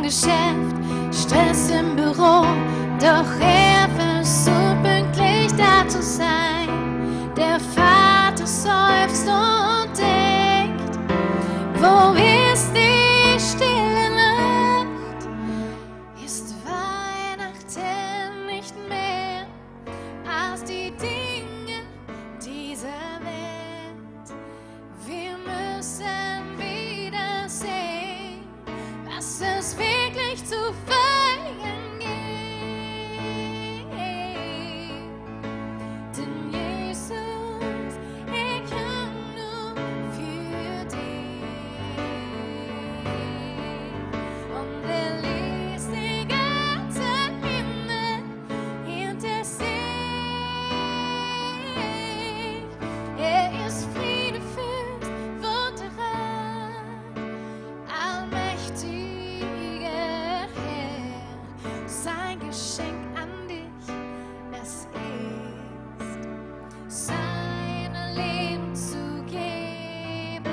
Geschäft, Stress im Büro, doch er versucht pünktlich da zu sein. Der Vater seufzt und denkt, wo ist die stille Nacht? Ist Weihnachten nicht mehr als die Dinge dieser Welt? Wir müssen wieder sehen, was es wirklich zu feiern gibt. Denn Jesus, er kam nur für dich. Und er ließ den ganzen Himmel hinter sich. Er ist Friedefürst, Wunderrat, allmächtiger Herr. Sein Geschenk an dich, es ist sein Leben zu geben.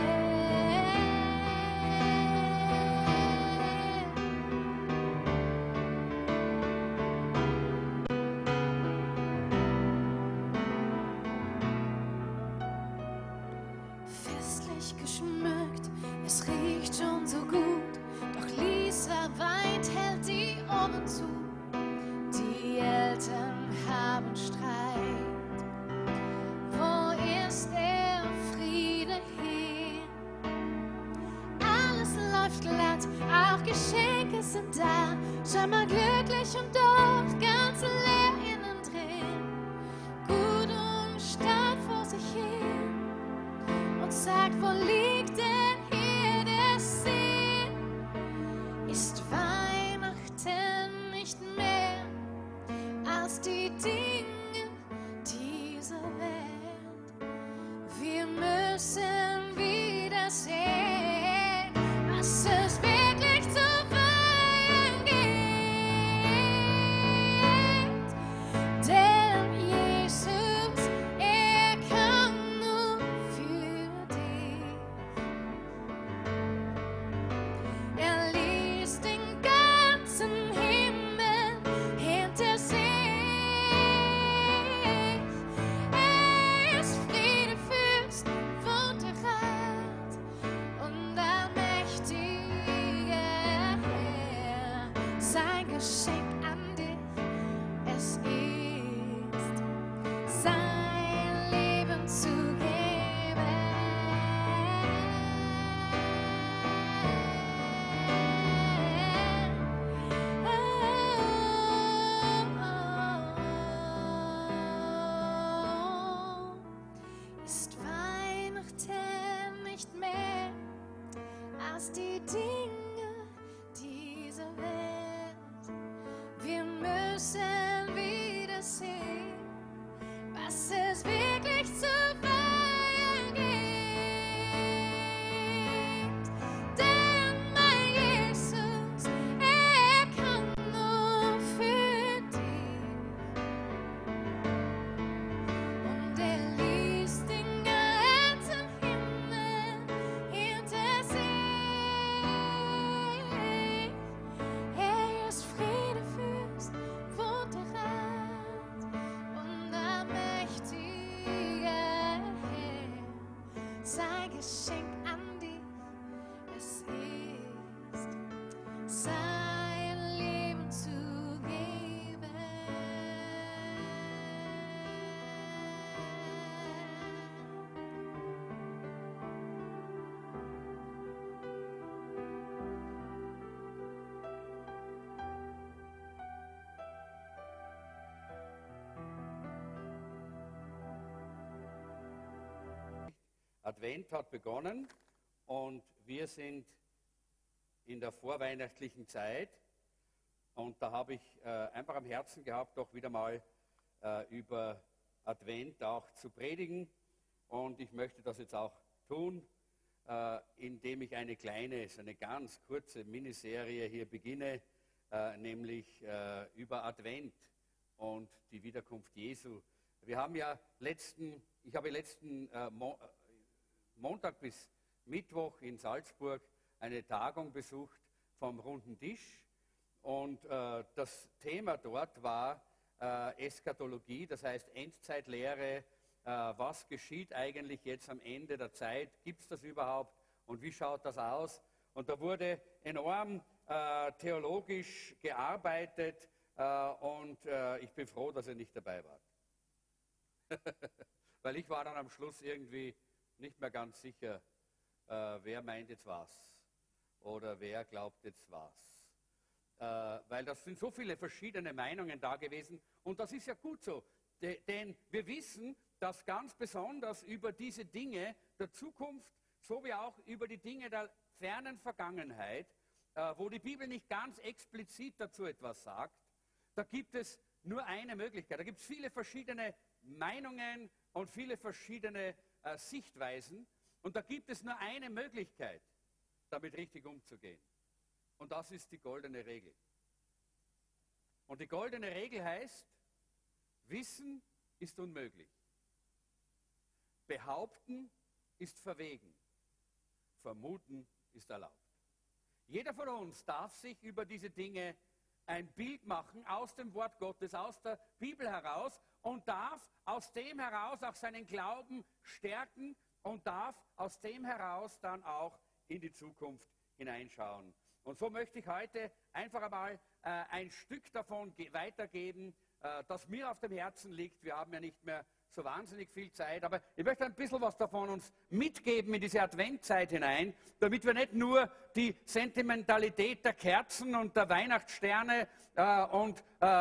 Festlich geschmückt, es riecht schon so gut, doch Lisa weint, hält die Ohren zu. Die Eltern haben Streit. Wo ist der Friede hin? Alles läuft glatt, auch Geschenke sind da. Scheinbar glücklich und doch ganz leer innen drin. Gut und stark vor sich hin und sagt, wo liegt denn hier der Sinn? Ist Weihnachten nicht mehr als die Dinge dieser Welt? Wir müssen wieder sehen, was es wirklich zu feiern gibt. Denn Jesus, er kam nur für dich. Er ließ den ganzen Himmel hinter sich. Er ist Friedefürst, Wunderrat und allmächtiger Herr. Sein Geschenk an dich, es ist sein Leben zu geben. Ist Weihnachten nicht mehr als die Dinge dieser Welt? Wir müssen wieder sehen, was es wirklich zu feiern gibt. Denn mein Jesus, er kam nur für dich. Und er ließ den ganzen Himmel hinter sich. Er ist Friedefürst, Wunderrat und allmächtiger Herr. Sein Geschenk an dich, es ist sein Leben zu geben. Advent hat begonnen und wir sind in der vorweihnachtlichen Zeit und da habe ich einfach am Herzen gehabt, doch wieder mal über Advent auch zu predigen und ich möchte das jetzt auch tun, indem ich eine ganz kurze Miniserie hier beginne, nämlich über Advent und die Wiederkunft Jesu. Wir haben ja ich habe letzten Montag bis Mittwoch in Salzburg eine Tagung besucht vom runden Tisch. Und das Thema dort war Eschatologie, das heißt Endzeitlehre. Was geschieht eigentlich jetzt am Ende der Zeit? Gibt es das überhaupt? Und wie schaut das aus? Und da wurde enorm theologisch gearbeitet und ich bin froh, dass ihr nicht dabei wart. Weil ich war dann am Schluss irgendwie nicht mehr ganz sicher, wer meint jetzt was oder wer glaubt jetzt was. Weil das sind so viele verschiedene Meinungen da gewesen und das ist ja gut so, denn wir wissen, dass ganz besonders über diese Dinge der Zukunft, so wie auch über die Dinge der fernen Vergangenheit, wo die Bibel nicht ganz explizit dazu etwas sagt, da gibt es nur eine Möglichkeit. Da gibt es viele verschiedene Meinungen und viele verschiedene Sichtweisen und da gibt es nur eine Möglichkeit, damit richtig umzugehen. Und das ist die goldene Regel. Und die goldene Regel heißt, Wissen ist unmöglich. Behaupten ist verwegen. Vermuten ist erlaubt. Jeder von uns darf sich über diese Dinge ein Bild machen aus dem Wort Gottes, aus der Bibel heraus und darf aus dem heraus auch seinen Glauben stärken und darf aus dem heraus dann auch in die Zukunft hineinschauen. Und so möchte ich heute einfach einmal ein Stück davon weitergeben, das mir auf dem Herzen liegt. Wir haben ja nicht mehr so wahnsinnig viel Zeit, aber ich möchte ein bisschen was davon uns mitgeben in diese Adventzeit hinein, damit wir nicht nur die Sentimentalität der Kerzen und der Weihnachtssterne und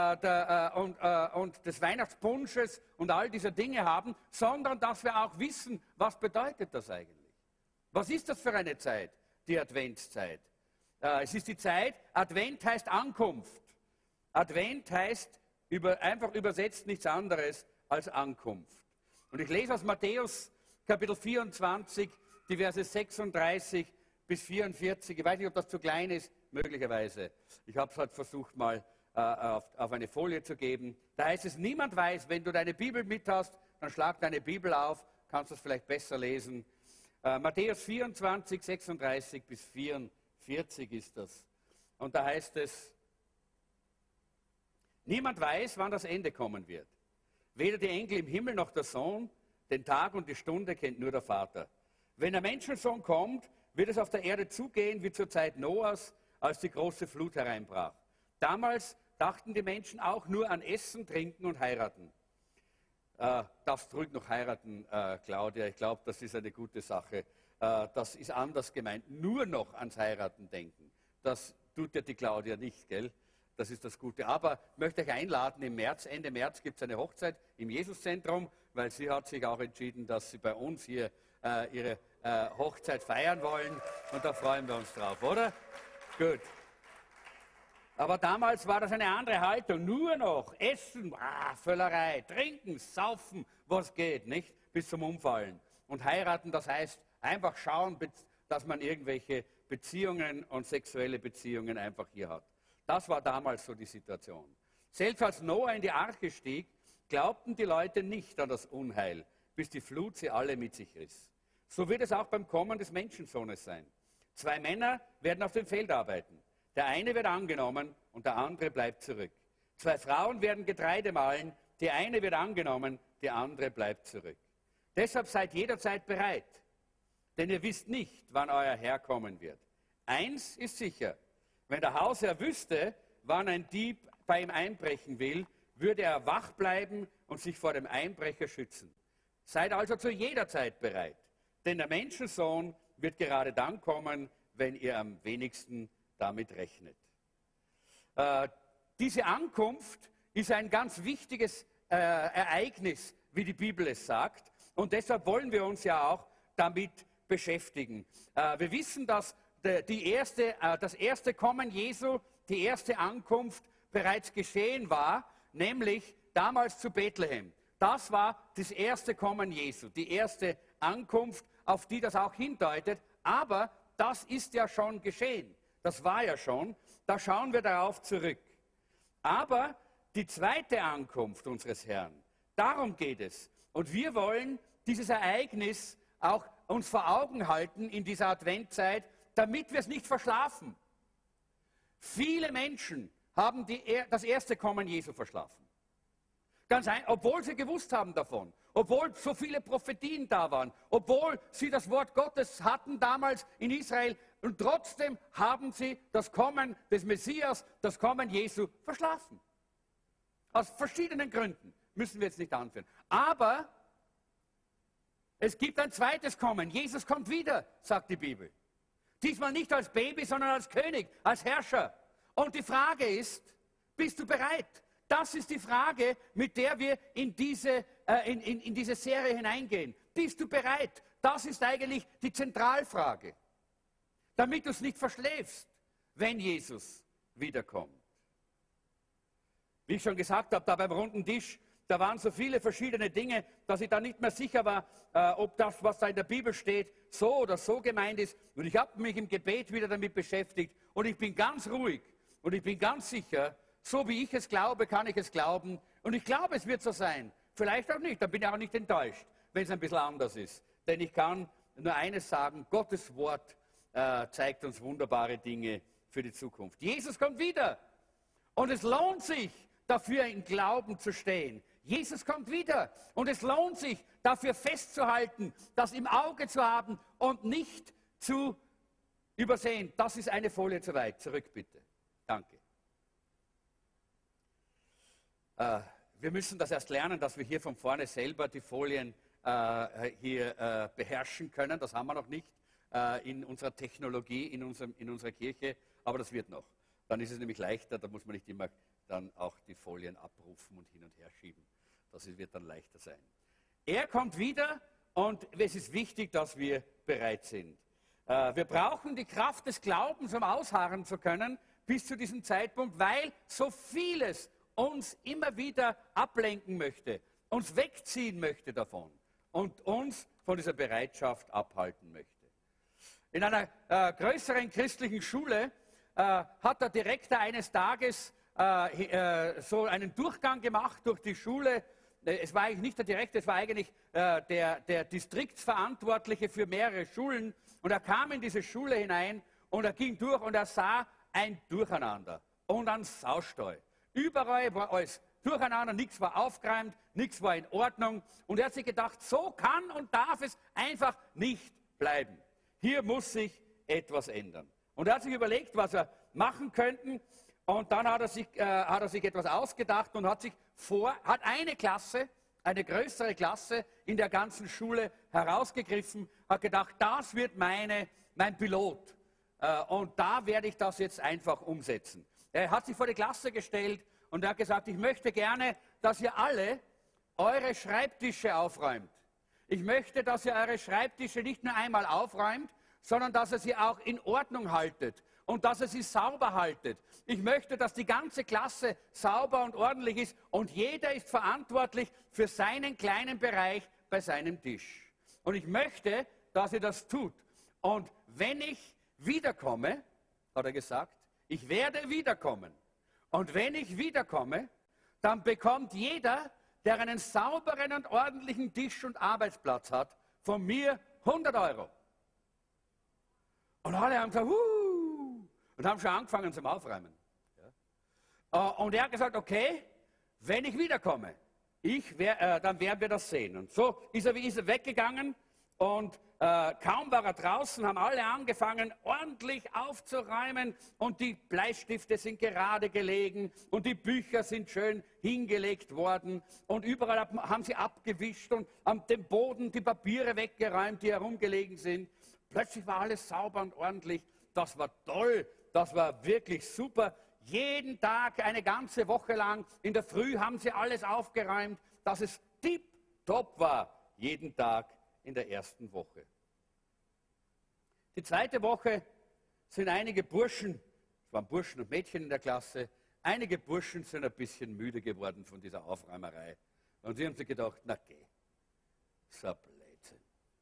des Weihnachtspunsches und all dieser Dinge haben, sondern dass wir auch wissen, was bedeutet das eigentlich? Was ist das für eine Zeit, die Adventszeit? Es ist die Zeit, Advent heißt Ankunft. Advent heißt einfach übersetzt nichts anderes als Ankunft. Und ich lese aus Matthäus Kapitel 24, die Verse 36 bis 44. Ich weiß nicht, ob das zu klein ist, möglicherweise. Ich habe es halt versucht, mal auf eine Folie zu geben. Da heißt es, niemand weiß, wenn du deine Bibel mit hast, dann schlag deine Bibel auf, kannst du es vielleicht besser lesen. Matthäus 24, 36 bis 44 ist das. Und da heißt es, niemand weiß, wann das Ende kommen wird. Weder die Engel im Himmel noch der Sohn, den Tag und die Stunde kennt nur der Vater. Wenn der Menschensohn kommt, wird es auf der Erde zugehen wie zur Zeit Noahs, als die große Flut hereinbrach. Damals dachten die Menschen auch nur an Essen, Trinken und Heiraten. Darfst du ruhig noch heiraten, Claudia? Ich glaube, das ist eine gute Sache. Das ist anders gemeint. Nur noch ans Heiraten denken. Das tut ja die Claudia nicht, gell? Das ist das Gute. Aber ich möchte euch einladen, im März, Ende März gibt es eine Hochzeit im Jesuszentrum, weil sie hat sich auch entschieden, dass sie bei uns hier ihre Hochzeit feiern wollen. Und da freuen wir uns drauf, oder? Gut. Aber damals war das eine andere Haltung. Nur noch Essen, Völlerei, Trinken, Saufen, was geht, nicht? Bis zum Umfallen. Und heiraten, das heißt einfach schauen, dass man irgendwelche Beziehungen und sexuelle Beziehungen einfach hier hat. Das war damals so die Situation. Selbst als Noah in die Arche stieg, glaubten die Leute nicht an das Unheil, bis die Flut sie alle mit sich riss. So wird es auch beim Kommen des Menschensohnes sein. 2 Männer werden auf dem Feld arbeiten. Der eine wird angenommen und der andere bleibt zurück. 2 Frauen werden Getreide mahlen, die eine wird angenommen, die andere bleibt zurück. Deshalb seid jederzeit bereit, denn ihr wisst nicht, wann euer Herr kommen wird. Eins ist sicher, wenn der Hausherr wüsste, wann ein Dieb bei ihm einbrechen will, würde er wach bleiben und sich vor dem Einbrecher schützen. Seid also zu jeder Zeit bereit, denn der Menschensohn wird gerade dann kommen, wenn ihr am wenigsten damit rechnet. Diese Ankunft ist ein ganz wichtiges Ereignis, wie die Bibel es sagt. Und deshalb wollen wir uns ja auch damit beschäftigen. Wir wissen, dass das erste Kommen Jesu, die erste Ankunft bereits geschehen war, nämlich damals zu Bethlehem. Das war das erste Kommen Jesu, die erste Ankunft, auf die das auch hindeutet. Aber das ist ja schon geschehen. Das war ja schon. Da schauen wir darauf zurück. Aber die zweite Ankunft unseres Herrn, darum geht es. Und wir wollen dieses Ereignis auch uns vor Augen halten in dieser Adventzeit, damit wir es nicht verschlafen. Viele Menschen haben das erste Kommen Jesu verschlafen. Obwohl sie gewusst haben davon, obwohl so viele Prophetien da waren, obwohl sie das Wort Gottes hatten damals in Israel, und trotzdem haben sie das Kommen des Messias, das Kommen Jesu verschlafen. Aus verschiedenen Gründen, müssen wir jetzt nicht anführen. Aber es gibt ein zweites Kommen. Jesus kommt wieder, sagt die Bibel. Diesmal nicht als Baby, sondern als König, als Herrscher. Und die Frage ist, bist du bereit? Das ist die Frage, mit der wir in diese Serie hineingehen. Bist du bereit? Das ist eigentlich die Zentralfrage. Damit du es nicht verschläfst, wenn Jesus wiederkommt. Wie ich schon gesagt habe, da beim runden Tisch, da waren so viele verschiedene Dinge, dass ich da nicht mehr sicher war, ob das, was da in der Bibel steht, so oder so gemeint ist. Und ich habe mich im Gebet wieder damit beschäftigt und ich bin ganz ruhig und ich bin ganz sicher, so wie ich es glaube, kann ich es glauben. Und ich glaube, es wird so sein. Vielleicht auch nicht, da bin ich auch nicht enttäuscht, wenn es ein bisschen anders ist. Denn ich kann nur eines sagen, Gottes Wort zeigt uns wunderbare Dinge für die Zukunft. Jesus kommt wieder und es lohnt sich, dafür im Glauben zu stehen. Jesus kommt wieder und es lohnt sich, dafür festzuhalten, das im Auge zu haben und nicht zu übersehen. Das ist eine Folie zu weit. Zurück bitte. Danke. Wir müssen das erst lernen, dass wir hier von vorne selber die Folien hier beherrschen können. Das haben wir noch nicht in unserer Technologie, in unserer Kirche, aber das wird noch. Dann ist es nämlich leichter, da muss man nicht immer dann auch die Folien abrufen und hin und her schieben. Das wird dann leichter sein. Er kommt wieder und es ist wichtig, dass wir bereit sind. Wir brauchen die Kraft des Glaubens, um ausharren zu können bis zu diesem Zeitpunkt, weil so vieles uns immer wieder ablenken möchte, uns wegziehen möchte davon und uns von dieser Bereitschaft abhalten möchte. In einer größeren christlichen Schule hat der Direktor eines Tages so einen Durchgang gemacht durch die Schule. Es war eigentlich nicht der Direktor, es war eigentlich der Distriktsverantwortliche für mehrere Schulen. Und er kam in diese Schule hinein und er ging durch und er sah ein Durcheinander und einen Saustall. Überall war alles durcheinander, nichts war aufgeräumt, nichts war in Ordnung. Und er hat sich gedacht, so kann und darf es einfach nicht bleiben. Hier muss sich etwas ändern. Und er hat sich überlegt, was er machen könnte. Und dann hat er sich etwas ausgedacht und hat eine Klasse, eine größere Klasse in der ganzen Schule herausgegriffen, hat gedacht, das wird mein Pilot. Und da werde ich das jetzt einfach umsetzen. Er hat sich vor die Klasse gestellt und er hat gesagt, ich möchte gerne, dass ihr alle eure Schreibtische aufräumt. Ich möchte, dass ihr eure Schreibtische nicht nur einmal aufräumt, sondern dass ihr sie auch in Ordnung haltet und dass ihr sie sauber haltet. Ich möchte, dass die ganze Klasse sauber und ordentlich ist und jeder ist verantwortlich für seinen kleinen Bereich bei seinem Tisch. Und ich möchte, dass ihr das tut. Und wenn ich wiederkomme, hat er gesagt, ich werde wiederkommen. Und wenn ich wiederkomme, dann bekommt jeder, der einen sauberen und ordentlichen Tisch und Arbeitsplatz hat, von mir 100 €. Und alle haben gesagt, und haben schon angefangen zum Aufräumen. Ja. Und er hat gesagt, okay, wenn ich wiederkomme, dann werden wir das sehen. Und so ist er weggegangen und kaum war er draußen, haben alle angefangen, ordentlich aufzuräumen und die Bleistifte sind gerade gelegen und die Bücher sind schön hingelegt worden und überall haben sie abgewischt und am dem Boden die Papiere weggeräumt, die herumgelegen sind. Plötzlich war alles sauber und ordentlich. Das war toll, das war wirklich super. Jeden Tag, eine ganze Woche lang, in der Früh haben sie alles aufgeräumt, dass es tipptopp war, jeden Tag in der ersten Woche. Die zweite Woche sind einige Burschen, es waren Burschen und Mädchen in der Klasse, einige Burschen sind ein bisschen müde geworden von dieser Aufräumerei. Und sie haben sich gedacht, na geh, so ein Blödsinn.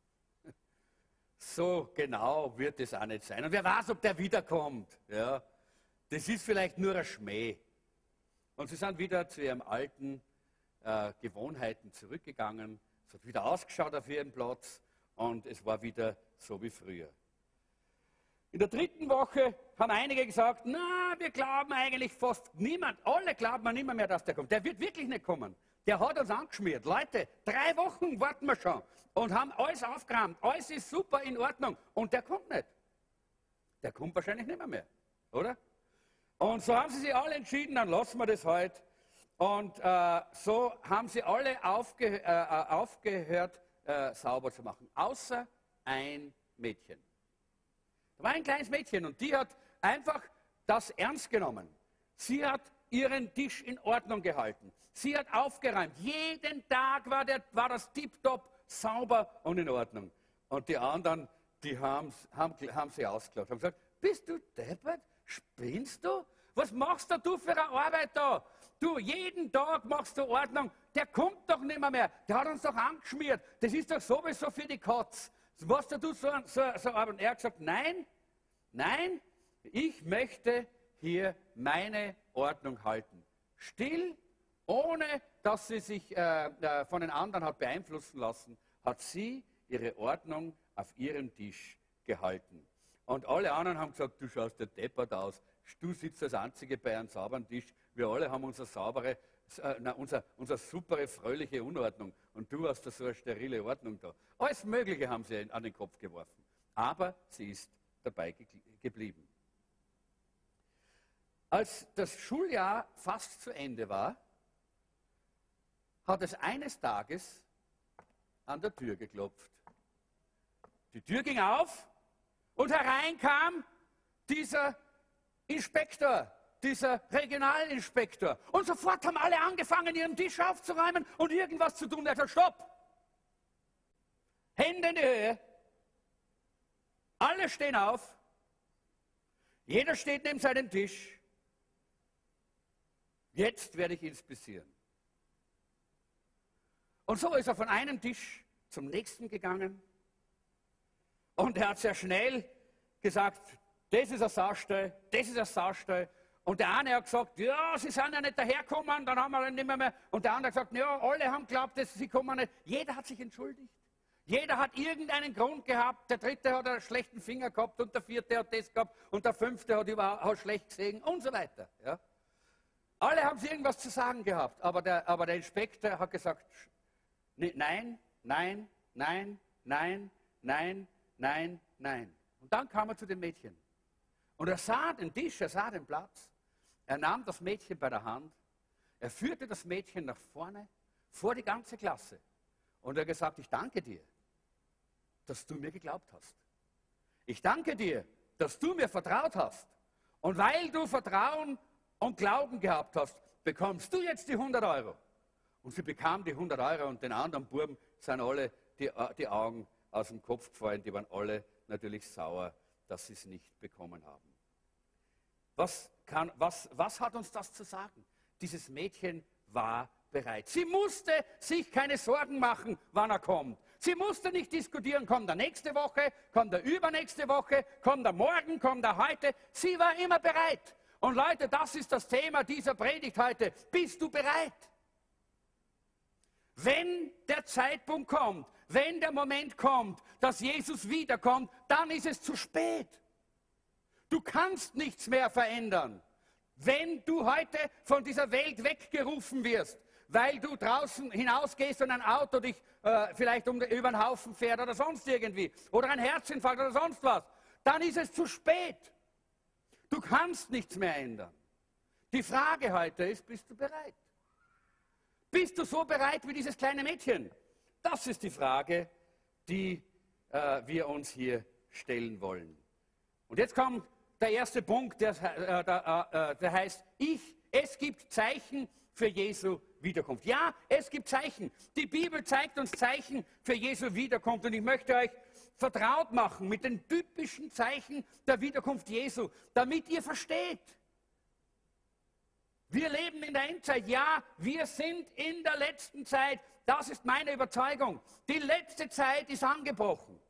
So genau wird es auch nicht sein. Und wer weiß, ob der wiederkommt. Ja, das ist vielleicht nur ein Schmäh. Und sie sind wieder zu ihren alten Gewohnheiten zurückgegangen. Es hat wieder ausgeschaut auf ihren Platz und es war wieder so wie früher. In der 3. Woche haben einige gesagt, na, wir glauben eigentlich fast niemand, alle glauben wir nicht mehr, dass der kommt. Der wird wirklich nicht kommen. Der hat uns angeschmiert. Leute, 3 Wochen warten wir schon und haben alles aufgeräumt. Alles ist super in Ordnung. Und der kommt nicht. Der kommt wahrscheinlich nicht mehr, oder? Und so haben sie sich alle entschieden, dann lassen wir das halt. Und so haben sie alle aufgehört, sauber zu machen. Außer ein Mädchen. Da war ein kleines Mädchen und die hat einfach das ernst genommen. Sie hat ihren Tisch in Ordnung gehalten. Sie hat aufgeräumt. Jeden Tag war das tiptop sauber und in Ordnung. Und die anderen, die haben sie ausgelacht. Haben gesagt, bist du deppert? Spinnst du? Was machst du für eine Arbeit da? Du, jeden Tag machst du Ordnung. Der kommt doch nicht mehr. Der hat uns doch angeschmiert. Das ist doch sowieso für die Katz. Was du so Arbeit? Und er hat gesagt, nein, ich möchte hier meine Ordnung halten. Still, ohne dass sie sich von den anderen hat beeinflussen lassen, hat sie ihre Ordnung auf ihrem Tisch gehalten. Und alle anderen haben gesagt, du schaust der deppert aus. Du sitzt als Einzige bei einem sauberen Tisch. Wir alle haben unsere supere, fröhliche Unordnung. Und du hast da so eine sterile Ordnung da. Alles Mögliche haben sie an den Kopf geworfen. Aber sie ist dabei geblieben. Als das Schuljahr fast zu Ende war, hat es eines Tages an der Tür geklopft. Die Tür ging auf und herein kam dieser Inspektor, dieser Regionalinspektor. Und sofort haben alle angefangen, ihren Tisch aufzuräumen und irgendwas zu tun. Er hat gesagt, stopp! Hände in die Höhe. Alle stehen auf. Jeder steht neben seinem Tisch. Jetzt werde ich inspizieren. Und so ist er von einem Tisch zum nächsten gegangen. Und er hat sehr schnell gesagt, das ist ein Saustall, das ist ein Saustall. Und der eine hat gesagt, ja, sie sind ja nicht dahergekommen, dann haben wir dann nicht mehr. Und der andere hat gesagt, ja, alle haben geglaubt, dass sie kommen nicht. Jeder hat sich entschuldigt. Jeder hat irgendeinen Grund gehabt. Der dritte hat einen schlechten Finger gehabt und der vierte hat das gehabt und der fünfte hat schlecht gesehen und so weiter. Ja. Alle haben irgendwas zu sagen gehabt, aber der Inspektor hat gesagt, nein, nein, nein, nein, nein, nein, nein. Und dann kam er zu dem Mädchen. Und er sah den Tisch, er sah den Platz. Er nahm das Mädchen bei der Hand. Er führte das Mädchen nach vorne, vor die ganze Klasse. Und er hat gesagt, ich danke dir, dass du mir geglaubt hast. Ich danke dir, dass du mir vertraut hast. Und weil du Vertrauen und Glauben gehabt hast, bekommst du jetzt die 100 Euro. Und sie bekam die 100 Euro und den anderen Buben sind alle die Augen aus dem Kopf gefallen. Die waren alle natürlich sauer, dass sie es nicht bekommen haben. Was hat uns das zu sagen? Dieses Mädchen war bereit. Sie musste sich keine Sorgen machen, wann er kommt. Sie musste nicht diskutieren, kommt er nächste Woche, kommt er übernächste Woche, kommt er morgen, kommt er heute. Sie war immer bereit. Und Leute, das ist das Thema dieser Predigt heute. Bist du bereit? Wenn der Zeitpunkt kommt, wenn der Moment kommt, dass Jesus wiederkommt, dann ist es zu spät. Du kannst nichts mehr verändern. Wenn du heute von dieser Welt weggerufen wirst, weil du draußen hinausgehst und ein Auto dich vielleicht über den Haufen fährt oder sonst irgendwie, oder ein Herzinfarkt oder sonst was, dann ist es zu spät. Du kannst nichts mehr ändern. Die Frage heute ist, bist du bereit? Bist du so bereit wie dieses kleine Mädchen? Das ist die Frage, die wir uns hier stellen wollen. Und jetzt kommt der erste Punkt, der heißt, es gibt Zeichen für Jesu Wiederkunft. Ja, es gibt Zeichen. Die Bibel zeigt uns Zeichen für Jesu Wiederkunft. Und ich möchte euch vertraut machen mit den typischen Zeichen der Wiederkunft Jesu, damit ihr versteht. Wir leben in der Endzeit. Ja, wir sind in der letzten Zeit. Das ist meine Überzeugung. Die letzte Zeit ist angebrochen.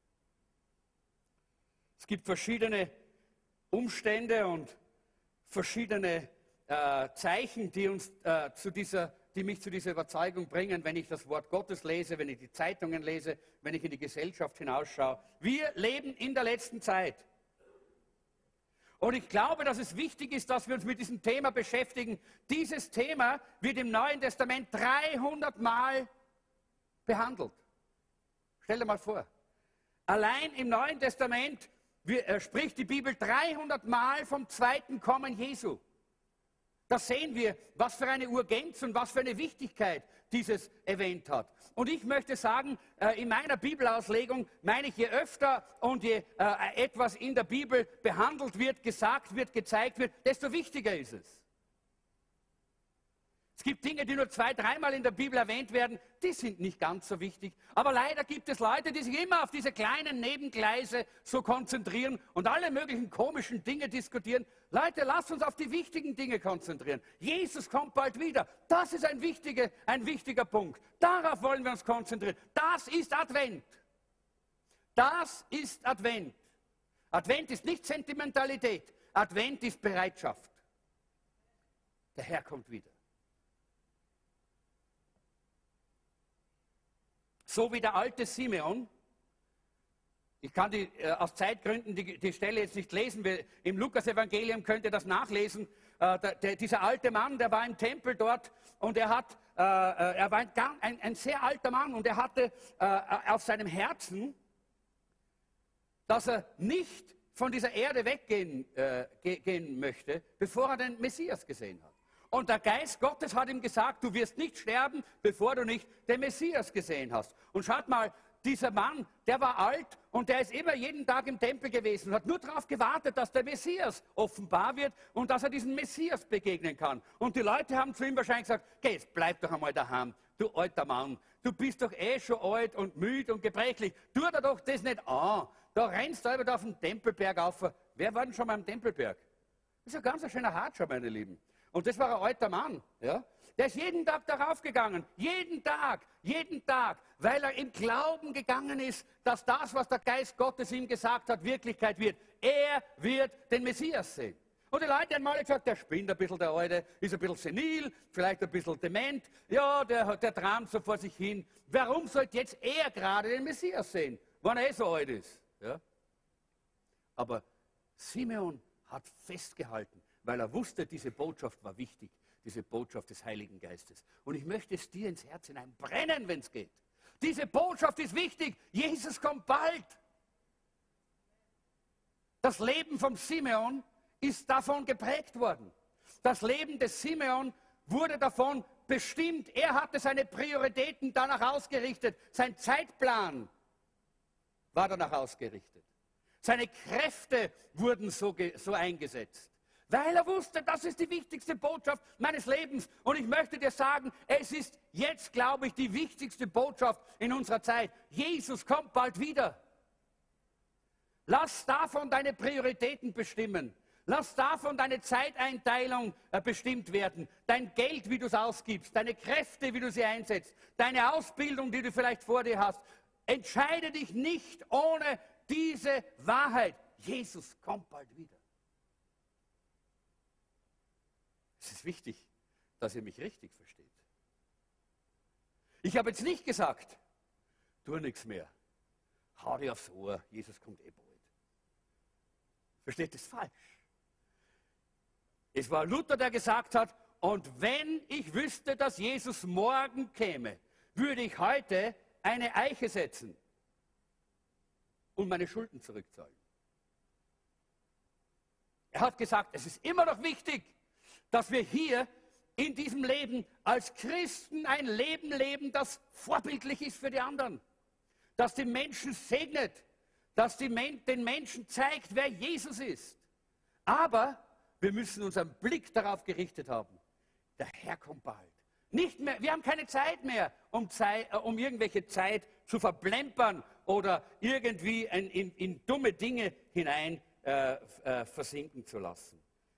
Es gibt verschiedene Umstände und verschiedene Zeichen, die mich zu dieser Überzeugung bringen, wenn ich das Wort Gottes lese, wenn ich die Zeitungen lese, wenn ich in die Gesellschaft hinausschaue. Wir leben in der letzten Zeit. Und ich glaube, dass es wichtig ist, dass wir uns mit diesem Thema beschäftigen. Dieses Thema wird im Neuen Testament 300 Mal behandelt. Stell dir mal vor. Allein im Neuen Testament spricht die Bibel 300 Mal vom zweiten Kommen Jesu. Da sehen wir, was für eine Urgenz und was für eine Wichtigkeit dieses Event hat. Und ich möchte sagen, in meiner Bibelauslegung meine ich, je öfter und je etwas in der Bibel behandelt wird, gesagt wird, gezeigt wird, desto wichtiger ist es. Es gibt Dinge, die nur 2-, 3-mal in der Bibel erwähnt werden, die sind nicht ganz so wichtig. Aber leider gibt es Leute, die sich immer auf diese kleinen Nebengleise so konzentrieren und alle möglichen komischen Dinge diskutieren. Leute, lasst uns auf die wichtigen Dinge konzentrieren. Jesus kommt bald wieder. Das ist ein wichtiger Punkt. Darauf wollen wir uns konzentrieren. Das ist Advent. Das ist Advent. Advent ist nicht Sentimentalität. Advent ist Bereitschaft. Der Herr kommt wieder. So wie der alte Simeon, ich kann aus Zeitgründen die Stelle jetzt nicht lesen, im Lukas-Evangelium könnt ihr das nachlesen, dieser alte Mann, der war im Tempel dort und er war ein sehr alter Mann und er hatte auf seinem Herzen, dass er nicht von dieser Erde weggehen möchte, bevor er den Messias gesehen hat. Und der Geist Gottes hat ihm gesagt, du wirst nicht sterben, bevor du nicht den Messias gesehen hast. Und schaut mal, dieser Mann, der war alt und der ist immer jeden Tag im Tempel gewesen und hat nur darauf gewartet, dass der Messias offenbar wird und dass er diesem Messias begegnen kann. Und die Leute haben zu ihm wahrscheinlich gesagt, geh, jetzt bleib doch einmal daheim, du alter Mann. Du bist doch eh schon alt und müde und gebrechlich. Tu dir doch das nicht an. Da rennst du da auf den Tempelberg auf. Wer war denn schon mal am Tempelberg? Das ist ein ganz schöner Hartscher, meine Lieben. Und das war ein alter Mann, ja? Der ist jeden Tag darauf gegangen, jeden Tag, weil er im Glauben gegangen ist, dass das, was der Geist Gottes ihm gesagt hat, Wirklichkeit wird. Er wird den Messias sehen. Und die Leute haben mal gesagt, der spinnt ein bisschen, der Alte, ist ein bisschen senil, vielleicht ein bisschen dement, ja, der träumt so vor sich hin. Warum sollte jetzt er gerade den Messias sehen, wenn er so alt ist? Ja? Aber Simeon hat festgehalten, weil er wusste, diese Botschaft war wichtig, diese Botschaft des Heiligen Geistes. Und ich möchte es dir ins Herz hineinbrennen, wenn es geht. Diese Botschaft ist wichtig. Jesus kommt bald. Das Leben von Simeon ist davon geprägt worden. Das Leben des Simeon wurde davon bestimmt. Er hatte seine Prioritäten danach ausgerichtet. Sein Zeitplan war danach ausgerichtet. Seine Kräfte wurden so eingesetzt. Weil er wusste, das ist die wichtigste Botschaft meines Lebens. Und ich möchte dir sagen, es ist jetzt, glaube ich, die wichtigste Botschaft in unserer Zeit. Jesus kommt bald wieder. Lass davon deine Prioritäten bestimmen. Lass davon deine Zeiteinteilung bestimmt werden. Dein Geld, wie du es ausgibst, deine Kräfte, wie du sie einsetzt, deine Ausbildung, die du vielleicht vor dir hast. Entscheide dich nicht ohne diese Wahrheit. Jesus kommt bald wieder. Es ist wichtig, dass ihr mich richtig versteht. Ich habe jetzt nicht gesagt, tu nichts mehr, hau dir aufs Ohr, Jesus kommt eh bald. Versteht das falsch? Es war Luther, der gesagt hat, und wenn ich wüsste, dass Jesus morgen käme, würde ich heute eine Eiche setzen und meine Schulden zurückzahlen. Er hat gesagt, es ist immer noch wichtig, dass wir hier in diesem Leben als Christen ein Leben leben, das vorbildlich ist für die anderen. Das die Menschen segnet, das den Menschen zeigt, wer Jesus ist. Aber wir müssen unseren Blick darauf gerichtet haben. Der Herr kommt bald. Nicht mehr, wir haben keine Zeit mehr, um irgendwelche Zeit zu verplempern oder irgendwie in dumme Dinge hinein versinken zu lassen.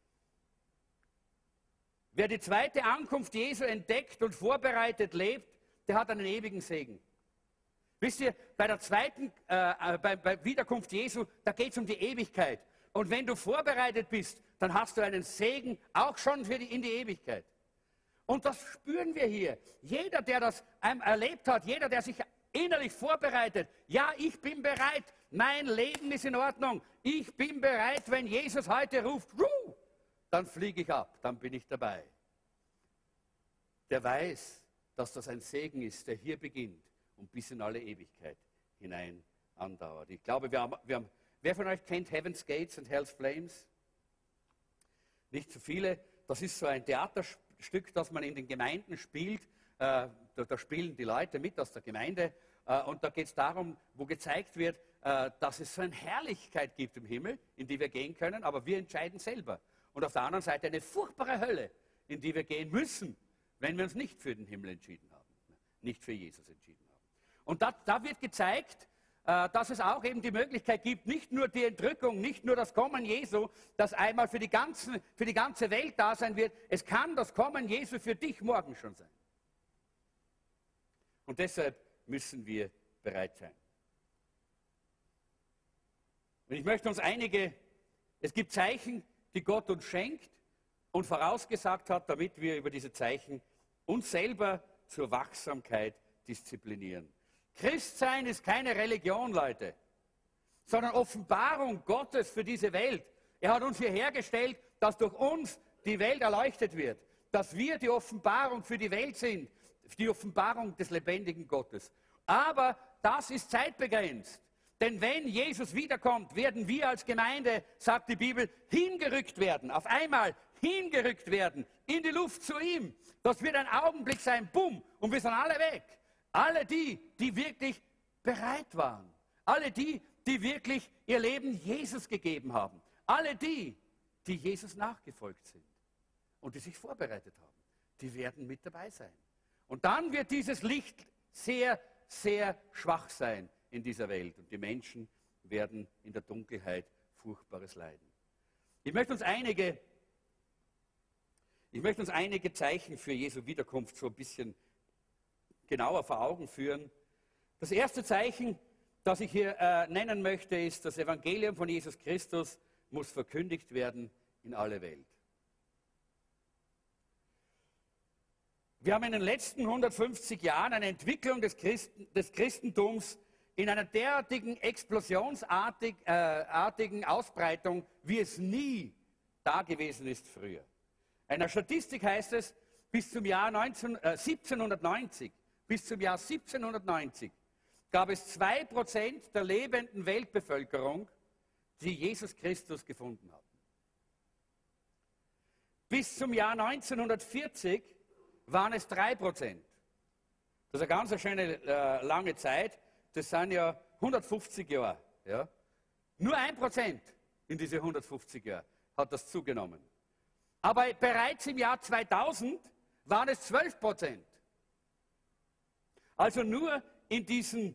Wer die zweite Ankunft Jesu entdeckt und vorbereitet lebt, der hat einen ewigen Segen. Wisst ihr, bei der zweiten bei Wiederkunft Jesu, da geht es um die Ewigkeit. Und wenn du vorbereitet bist, dann hast du einen Segen auch schon in die Ewigkeit. Und das spüren wir hier. Jeder, der das erlebt hat, jeder, der sich innerlich vorbereitet. Ja, ich bin bereit. Mein Leben ist in Ordnung. Ich bin bereit, wenn Jesus heute ruft, dann fliege ich ab, dann bin ich dabei. Der weiß, dass das ein Segen ist, der hier beginnt und bis in alle Ewigkeit hinein andauert. Ich glaube, wer von euch kennt Heaven's Gates and Hell's Flames? Nicht so viele. Das ist so ein Theaterstück, das man in den Gemeinden spielt. Da spielen die Leute mit aus der Gemeinde. Und da geht es darum, wo gezeigt wird, dass es so eine Herrlichkeit gibt im Himmel, in die wir gehen können, aber wir entscheiden selber. Und auf der anderen Seite eine furchtbare Hölle, in die wir gehen müssen, wenn wir uns nicht für den Himmel entschieden haben, nicht für Jesus entschieden haben. Und da wird gezeigt, dass es auch eben die Möglichkeit gibt, nicht nur die Entrückung, nicht nur das Kommen Jesu, das einmal für die ganze Welt da sein wird. Es kann das Kommen Jesu für dich morgen schon sein. Und deshalb müssen wir bereit sein. Und ich möchte uns es gibt Zeichen, die Gott uns schenkt und vorausgesagt hat, damit wir über diese Zeichen uns selber zur Wachsamkeit disziplinieren. Christsein ist keine Religion, Leute, sondern Offenbarung Gottes für diese Welt. Er hat uns hierher gestellt, dass durch uns die Welt erleuchtet wird, dass wir die Offenbarung für die Welt sind, die Offenbarung des lebendigen Gottes. Aber das ist zeitbegrenzt. Denn wenn Jesus wiederkommt, werden wir als Gemeinde, sagt die Bibel, hingerückt werden, auf einmal hingerückt werden, in die Luft zu ihm. Das wird ein Augenblick sein, bumm, und wir sind alle weg. Alle die, die wirklich bereit waren. Alle die, die wirklich ihr Leben Jesus gegeben haben. Alle die, die Jesus nachgefolgt sind und die sich vorbereitet haben, die werden mit dabei sein. Und dann wird dieses Licht sehr, sehr schwach sein in dieser Welt. Und die Menschen werden in der Dunkelheit Furchtbares leiden. Ich möchte uns einige Zeichen für Jesu Wiederkunft so ein bisschen genauer vor Augen führen. Das erste Zeichen, das ich hier nennen möchte, ist, das Evangelium von Jesus Christus muss verkündigt werden in alle Welt. Wir haben in den letzten 150 Jahren eine Entwicklung des Christentums in einer derartigen explosionsartigen Ausbreitung, wie es nie da gewesen ist früher. In einer Statistik heißt es, bis zum Jahr 1790 gab es 2% der lebenden Weltbevölkerung, die Jesus Christus gefunden haben. Bis zum Jahr 1940 waren es 3%. Das ist eine ganz schöne lange Zeit. Das sind ja 150 Jahre. Ja? Nur 1% in diese 150 Jahre hat das zugenommen. Aber bereits im Jahr 2000 waren es 12%. Also nur in diesen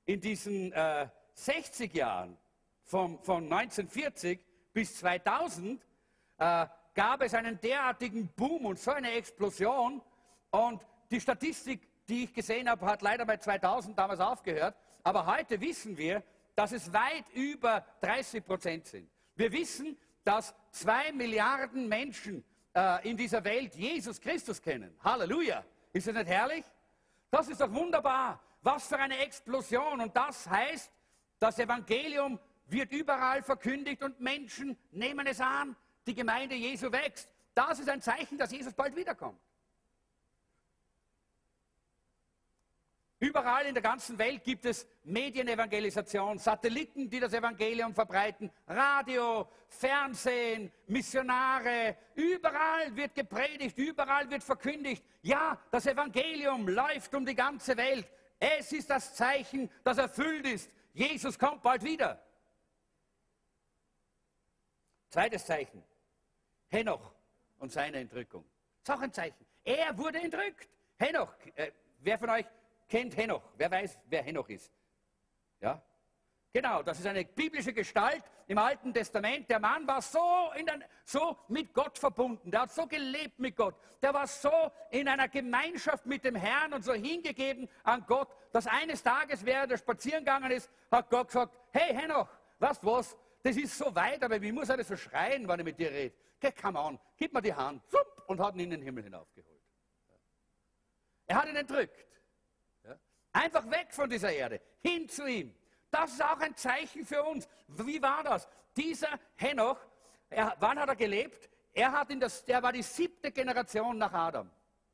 60 Jahren von 1940 bis 2000 gab es einen derartigen Boom und so eine Explosion. Und die Statistik, die ich gesehen habe, hat leider bei 2000 damals aufgehört. Aber heute wissen wir, dass es weit über 30% sind. Wir wissen, dass 2 Milliarden Menschen in dieser Welt Jesus Christus kennen. Halleluja! Ist das nicht herrlich? Das ist doch wunderbar. Was für eine Explosion. Und das heißt, das Evangelium wird überall verkündigt und Menschen nehmen es an. Die Gemeinde Jesu wächst. Das ist ein Zeichen, dass Jesus bald wiederkommt. Überall in der ganzen Welt gibt es Medienevangelisation, Satelliten, die das Evangelium verbreiten, Radio, Fernsehen, Missionare. Überall wird gepredigt, überall wird verkündigt. Ja, das Evangelium läuft um die ganze Welt. Es ist das Zeichen, das erfüllt ist. Jesus kommt bald wieder. Zweites Zeichen. Henoch und seine Entrückung. Das ist auch ein Zeichen. Er wurde entrückt. Henoch. Wer von euch kennt Henoch? Wer weiß, wer Henoch ist? Ja? Genau, das ist eine biblische Gestalt im Alten Testament. Der Mann war so mit Gott verbunden. Der hat so gelebt mit Gott. Der war so in einer Gemeinschaft mit dem Herrn und so hingegeben an Gott, dass eines Tages, während er spazieren gegangen ist, hat Gott gesagt, hey Henoch, weißt du was? Das ist so weit, aber ich muss alles so schreien, wenn ich mit dir rede. Okay, come on, gib mir die Hand. Und hat ihn in den Himmel hinaufgeholt. Er hat ihn entrückt. Ja? Einfach weg von dieser Erde, hin zu ihm. Das ist auch ein Zeichen für uns. Wie war das? Dieser Henoch, wann hat er gelebt? Er war die 7. Generation nach Adam.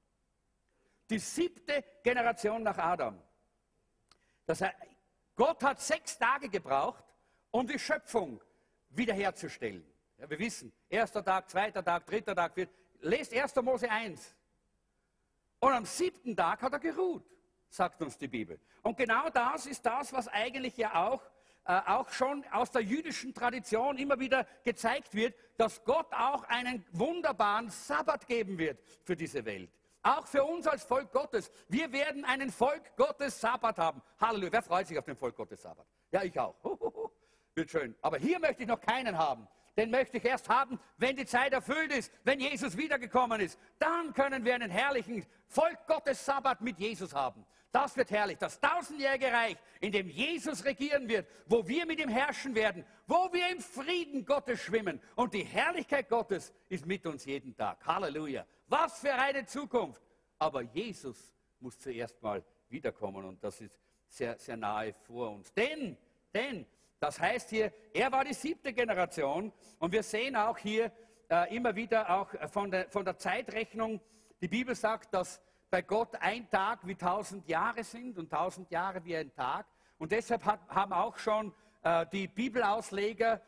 Die 7. Generation nach Adam. Das heißt, Gott hat 6 Tage gebraucht, um die Schöpfung wiederherzustellen. Ja, wir wissen, 1. Tag, 2. Tag, 3. Tag, 4. Lest 1. Mose 1. Und am 7. Tag hat er geruht, sagt uns die Bibel. Und genau das ist das, was eigentlich ja auch schon aus der jüdischen Tradition immer wieder gezeigt wird, dass Gott auch einen wunderbaren Sabbat geben wird für diese Welt. Auch für uns als Volk Gottes. Wir werden einen Volk Gottes Sabbat haben. Halleluja. Wer freut sich auf den Volk Gottes Sabbat? Ja, ich auch. Wird schön. Aber hier möchte ich noch keinen haben. Den möchte ich erst haben, wenn die Zeit erfüllt ist, wenn Jesus wiedergekommen ist. Dann können wir einen herrlichen Volk Gottes Sabbat mit Jesus haben. Das wird herrlich. Das 1000-jährige Reich, in dem Jesus regieren wird, wo wir mit ihm herrschen werden, wo wir im Frieden Gottes schwimmen. Und die Herrlichkeit Gottes ist mit uns jeden Tag. Halleluja. Was für eine Zukunft. Aber Jesus muss zuerst mal wiederkommen und das ist sehr, sehr nahe vor uns. Denn, das heißt hier, er war die 7. Generation und wir sehen auch hier immer wieder auch von der Zeitrechnung, die Bibel sagt, dass bei Gott ein Tag wie 1000 Jahre sind und 1000 Jahre wie ein Tag. Und deshalb haben auch schon die Bibelausleger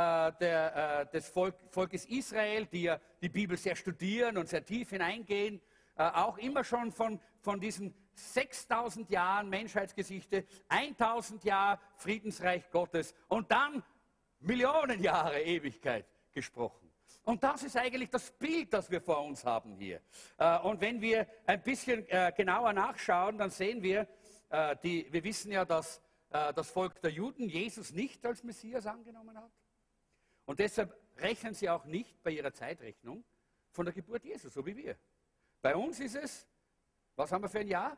des Volkes Israel, die ja die Bibel sehr studieren und sehr tief hineingehen, auch immer schon von diesen 6000 Jahren Menschheitsgeschichte, 1000 Jahre Friedensreich Gottes und dann Millionen Jahre Ewigkeit gesprochen. Und das ist eigentlich das Bild, das wir vor uns haben hier. Und wenn wir ein bisschen genauer nachschauen, dann sehen wir, wir wissen ja, dass das Volk der Juden Jesus nicht als Messias angenommen hat. Und deshalb rechnen sie auch nicht bei ihrer Zeitrechnung von der Geburt Jesu, so wie wir. Bei uns ist es, was haben wir für ein Jahr?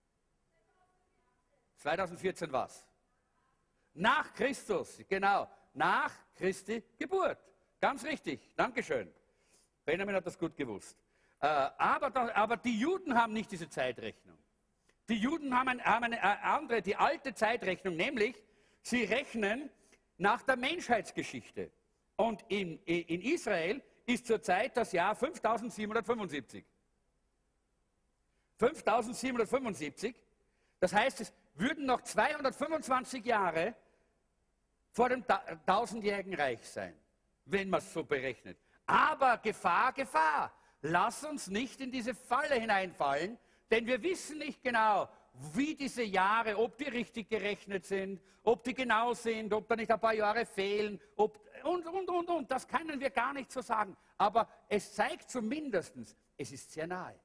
2014 was? Nach Christus, genau, nach Christi Geburt. Ganz richtig, Dankeschön. Benjamin hat das gut gewusst. Aber die Juden haben nicht diese Zeitrechnung. Die Juden haben eine andere, die alte Zeitrechnung, nämlich sie rechnen nach der Menschheitsgeschichte. Und in Israel ist zurzeit das Jahr 5775. 5775, das heißt, es würden noch 225 Jahre vor dem 1000-jährigen Reich sein, wenn man es so berechnet. Aber Gefahr, Gefahr. Lass uns nicht in diese Falle hineinfallen, denn wir wissen nicht genau, wie diese Jahre, ob die richtig gerechnet sind, ob die genau sind, ob da nicht ein paar Jahre fehlen, und. Das können wir gar nicht so sagen. Aber es zeigt zumindest, es ist sehr nahe.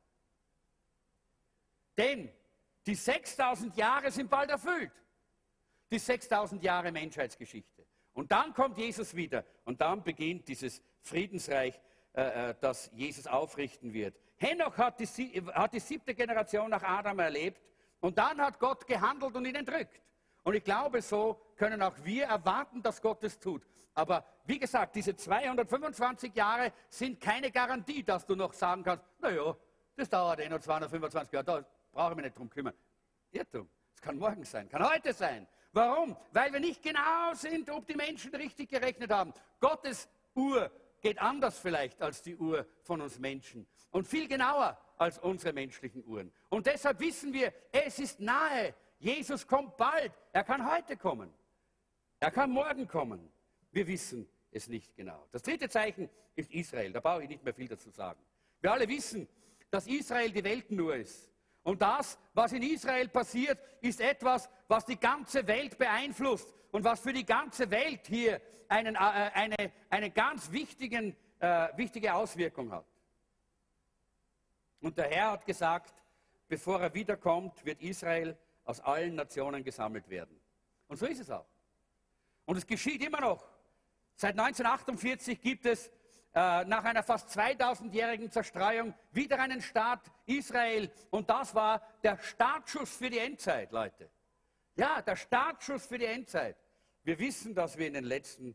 Denn die 6000 Jahre sind bald erfüllt. Die 6000 Jahre Menschheitsgeschichte. Und dann kommt Jesus wieder und dann beginnt dieses Friedensreich, das Jesus aufrichten wird. Henoch hat die 7. Generation nach Adam erlebt und dann hat Gott gehandelt und ihn entrückt. Und ich glaube, so können auch wir erwarten, dass Gott es tut. Aber wie gesagt, diese 225 Jahre sind keine Garantie, dass du noch sagen kannst, naja, das dauert noch 225 Jahre, da brauche ich mich nicht drum kümmern. Irrtum. Es kann morgen sein, kann heute sein. Warum? Weil wir nicht genau sind, ob die Menschen richtig gerechnet haben. Gottes Uhr geht anders vielleicht als die Uhr von uns Menschen und viel genauer als unsere menschlichen Uhren. Und deshalb wissen wir, es ist nahe. Jesus kommt bald. Er kann heute kommen. Er kann morgen kommen. Wir wissen es nicht genau. Das 3. Zeichen ist Israel. Da brauche ich nicht mehr viel dazu sagen. Wir alle wissen, dass Israel die Weltenuhr ist. Und das, was in Israel passiert, ist etwas, was die ganze Welt beeinflusst und was für die ganze Welt hier eine ganz wichtige Auswirkung hat. Und der Herr hat gesagt, bevor er wiederkommt, wird Israel aus allen Nationen gesammelt werden. Und so ist es auch. Und es geschieht immer noch. Seit 1948 gibt es nach einer fast 2000-jährigen Zerstreuung wieder einen Staat Israel. Und das war der Startschuss für die Endzeit, Leute. Ja, der Startschuss für die Endzeit. Wir wissen, dass wir in den letzten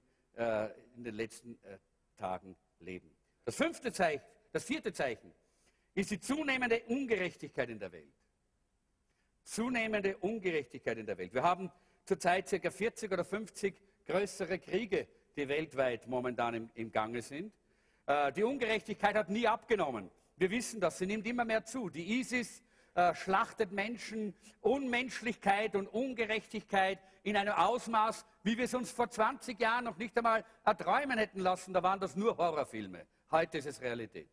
Tagen leben. Das 4. Zeichen ist die zunehmende Ungerechtigkeit in der Welt. Zunehmende Ungerechtigkeit in der Welt. Wir haben zurzeit ca. 40 oder 50 größere Kriege, die weltweit momentan im Gange sind. Die Ungerechtigkeit hat nie abgenommen. Wir wissen das, sie nimmt immer mehr zu. Die ISIS schlachtet Menschen, Unmenschlichkeit und Ungerechtigkeit in einem Ausmaß, wie wir es uns vor 20 Jahren noch nicht einmal erträumen hätten lassen. Da waren das nur Horrorfilme. Heute ist es Realität.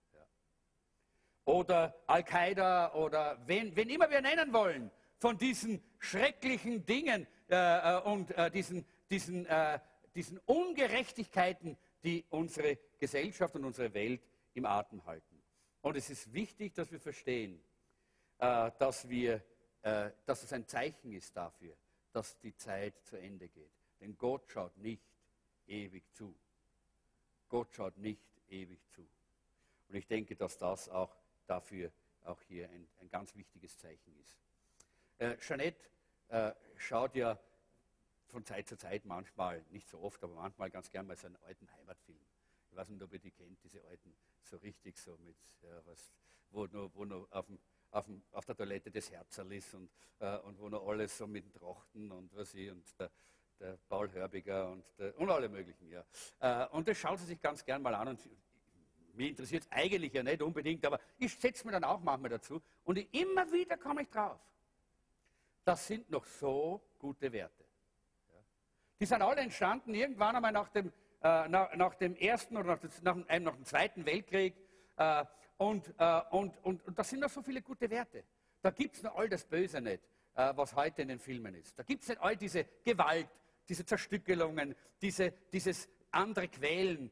Oder Al-Qaida oder wen immer wir nennen wollen, von diesen schrecklichen Dingen und diesen Ungerechtigkeiten, die unsere Gesellschaft und unsere Welt im Atem halten. Und es ist wichtig, dass wir verstehen, dass es ein Zeichen ist dafür, dass die Zeit zu Ende geht. Denn Gott schaut nicht ewig zu. Gott schaut nicht ewig zu. Und ich denke, dass das auch dafür auch hier ein ganz wichtiges Zeichen ist. Jeanette schaut ja von Zeit zu Zeit manchmal, nicht so oft, aber manchmal ganz gern mal so einen alten Heimatfilm. Ich weiß nicht, ob ihr die kennt, diese alten, so richtig so mit, wo nur auf der Toilette das Herzerl ist und wo noch alles so mit den Trachten und was ich und der Paul Hörbiger und alle möglichen. Ja. Und das schaut sie sich ganz gern mal an und mich interessiert es eigentlich ja nicht unbedingt, aber ich setze mir dann auch manchmal dazu und immer wieder komme ich drauf. Das sind noch so gute Werte. Ja. Die sind alle entstanden irgendwann einmal nach dem Ersten oder nach dem Zweiten Weltkrieg und das sind noch so viele gute Werte. Da gibt es noch all das Böse nicht, was heute in den Filmen ist. Da gibt es nicht all diese Gewalt, diese Zerstückelungen, dieses andere Quälen,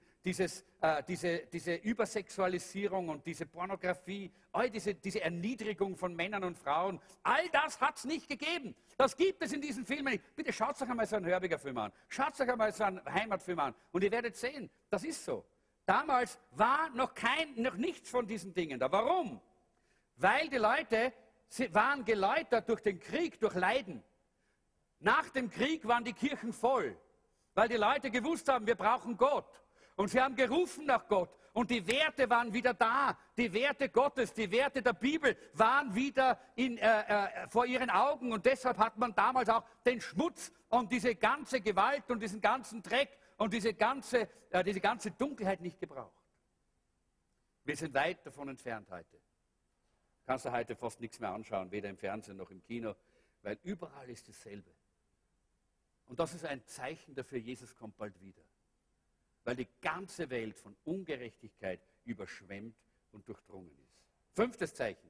diese Übersexualisierung und diese Pornografie, all diese Erniedrigung von Männern und Frauen, all das hat es nicht gegeben. Das gibt es in diesen Filmen nicht. Bitte schaut euch einmal so einen Hörbiger Film an, schaut euch einmal so einen Heimatfilm an und ihr werdet sehen, das ist so. Damals war noch nichts von diesen Dingen da. Warum? Weil die Leute waren geläutert durch den Krieg, durch Leiden. Nach dem Krieg waren die Kirchen voll, weil die Leute gewusst haben, wir brauchen Gott. Und sie haben gerufen nach Gott. Und die Werte waren wieder da. Die Werte Gottes, die Werte der Bibel waren wieder vor ihren Augen. Und deshalb hat man damals auch den Schmutz und diese ganze Gewalt und diesen ganzen Dreck und diese ganze Dunkelheit nicht gebraucht. Wir sind weit davon entfernt heute. Du kannst du heute fast nichts mehr anschauen, weder im Fernsehen noch im Kino, weil überall ist dasselbe. Und das ist ein Zeichen dafür, Jesus kommt bald wieder. Weil die ganze Welt von Ungerechtigkeit überschwemmt und durchdrungen ist. 5. Zeichen.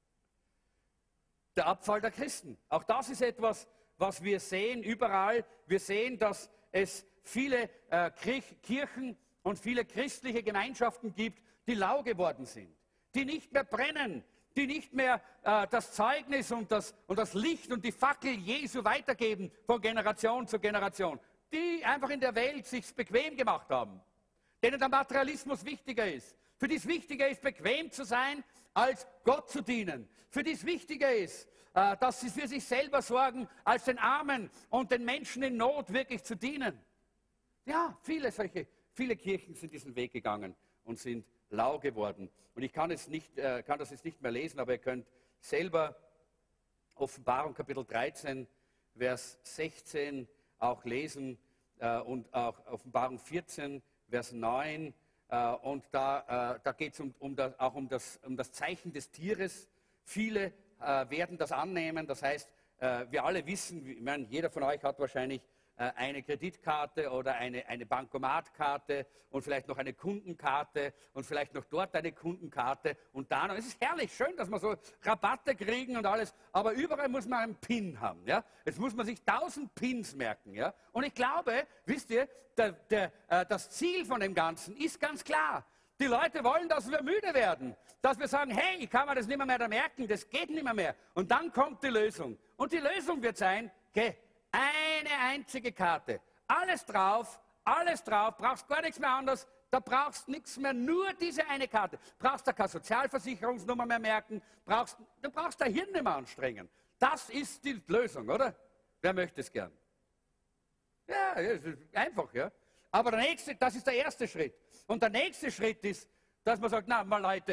Der Abfall der Christen. Auch das ist etwas, was wir sehen überall. Wir sehen, dass es viele Kirchen und viele christliche Gemeinschaften gibt, die lau geworden sind, die nicht mehr brennen, die nicht mehr das Zeugnis und das Licht und die Fackel Jesu weitergeben von Generation zu Generation, die einfach in der Welt sich bequem gemacht haben, denen der Materialismus wichtiger ist, für die es wichtiger ist, bequem zu sein, als Gott zu dienen, für die es wichtiger ist, dass sie für sich selber sorgen, als den Armen und den Menschen in Not wirklich zu dienen. Ja, viele Kirchen sind diesen Weg gegangen und sind lau geworden. Und ich kann das jetzt nicht mehr lesen, aber ihr könnt selber Offenbarung Kapitel 13, Vers 16 auch lesen und auch Offenbarung 14, Vers 9. Und da geht es auch um das Zeichen des Tieres. Viele werden das annehmen. Das heißt, wir alle wissen, ich meine, jeder von euch hat wahrscheinlich eine Kreditkarte oder eine Bankomatkarte und vielleicht noch eine Kundenkarte und vielleicht noch dort eine Kundenkarte und da noch. Es ist herrlich, schön, dass wir so Rabatte kriegen und alles, aber überall muss man einen PIN haben. Ja? Jetzt muss man sich 1000 PINs merken. Ja? Und ich glaube, wisst ihr, das Ziel von dem Ganzen ist ganz klar. Die Leute wollen, dass wir müde werden, dass wir sagen, hey, ich kann mir das nicht mehr da merken, das geht nicht mehr. Und dann kommt die Lösung. Und die Lösung wird sein, okay, eine einzige Karte. Alles drauf, brauchst gar nichts mehr anderes, da brauchst nichts mehr, nur diese eine Karte. Brauchst da keine Sozialversicherungsnummer mehr merken, du brauchst dein Hirn nicht mehr anstrengen. Das ist die Lösung, oder? Wer möchte es gern? Ja, ist einfach, ja. Aber das ist der erste Schritt. Und der nächste Schritt ist, dass man sagt, na mal Leute,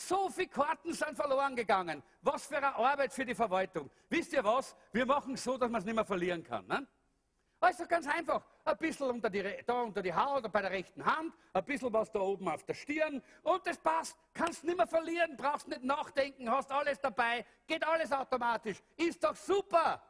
So viele Karten sind verloren gegangen. Was für eine Arbeit für die Verwaltung. Wisst ihr was? Wir machen es so, dass man es nicht mehr verlieren kann. Ne? Also ganz einfach, ein bisschen da unter die Haut, bei der rechten Hand, ein bisschen was da oben auf der Stirn und das passt. Kannst nicht mehr verlieren, brauchst nicht nachdenken, hast alles dabei, geht alles automatisch. Ist doch super.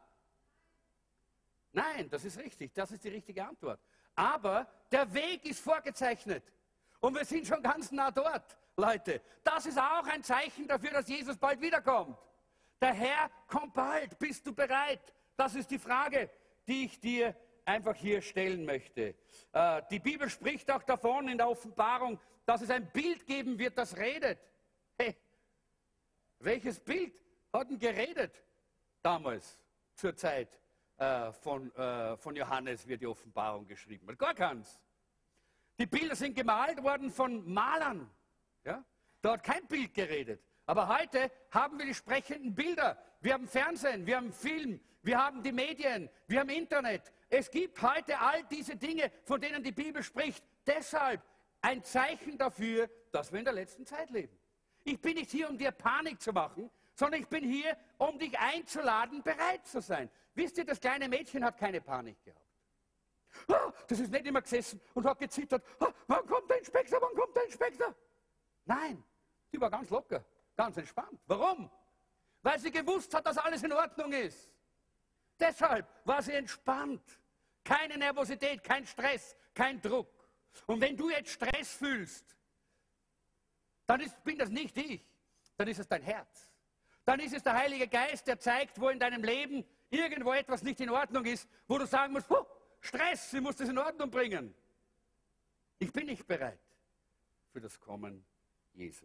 Nein, das ist richtig, das ist die richtige Antwort. Aber der Weg ist vorgezeichnet und wir sind schon ganz nah dort, Leute. Das ist auch ein Zeichen dafür, dass Jesus bald wiederkommt. Der Herr kommt bald, bist du bereit? Das ist die Frage, die ich dir einfach hier stellen möchte. Die Bibel spricht auch davon in der Offenbarung, dass es ein Bild geben wird, das redet. Hey, welches Bild hat denn geredet damals zur Zeit von Johannes, wie die Offenbarung geschrieben hat? Gar keins. Die Bilder sind gemalt worden von Malern. Ja? Da hat kein Bild geredet. Aber heute haben wir die sprechenden Bilder. Wir haben Fernsehen, wir haben Film, wir haben die Medien, wir haben Internet. Es gibt heute all diese Dinge, von denen die Bibel spricht. Deshalb ein Zeichen dafür, dass wir in der letzten Zeit leben. Ich bin nicht hier, um dir Panik zu machen, sondern ich bin hier, um dich einzuladen, bereit zu sein. Wisst ihr, das kleine Mädchen hat keine Panik gehabt. Das ist nicht immer gesessen und hat gezittert. Wann kommt der Inspektor, wann kommt der Inspektor? Nein, die war ganz locker, ganz entspannt. Warum? Weil sie gewusst hat, dass alles in Ordnung ist. Deshalb war sie entspannt. Keine Nervosität, kein Stress, kein Druck. Und wenn du jetzt Stress fühlst, dann bin das nicht ich, dann ist es dein Herz. Dann ist es der Heilige Geist, der zeigt, wo in deinem Leben irgendwo etwas nicht in Ordnung ist, wo du sagen musst, Stress, ich muss das in Ordnung bringen. Ich bin nicht bereit für das Kommen Jesu.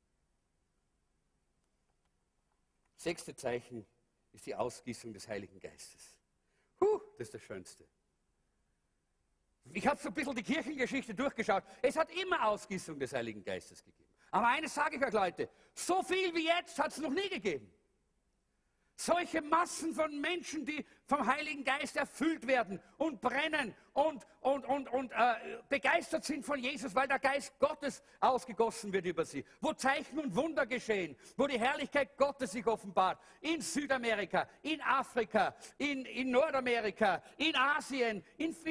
Sechste Zeichen ist die Ausgießung des Heiligen Geistes. Das ist das Schönste. Ich habe so ein bisschen die Kirchengeschichte durchgeschaut. Es hat immer Ausgießung des Heiligen Geistes gegeben. Aber eines sage ich euch, Leute, so viel wie jetzt hat es noch nie gegeben. Solche Massen von Menschen, die vom Heiligen Geist erfüllt werden und brennen und begeistert sind von Jesus, weil der Geist Gottes ausgegossen wird über sie. Wo Zeichen und Wunder geschehen, wo die Herrlichkeit Gottes sich offenbart. In Südamerika, in Afrika, in Nordamerika, in Asien,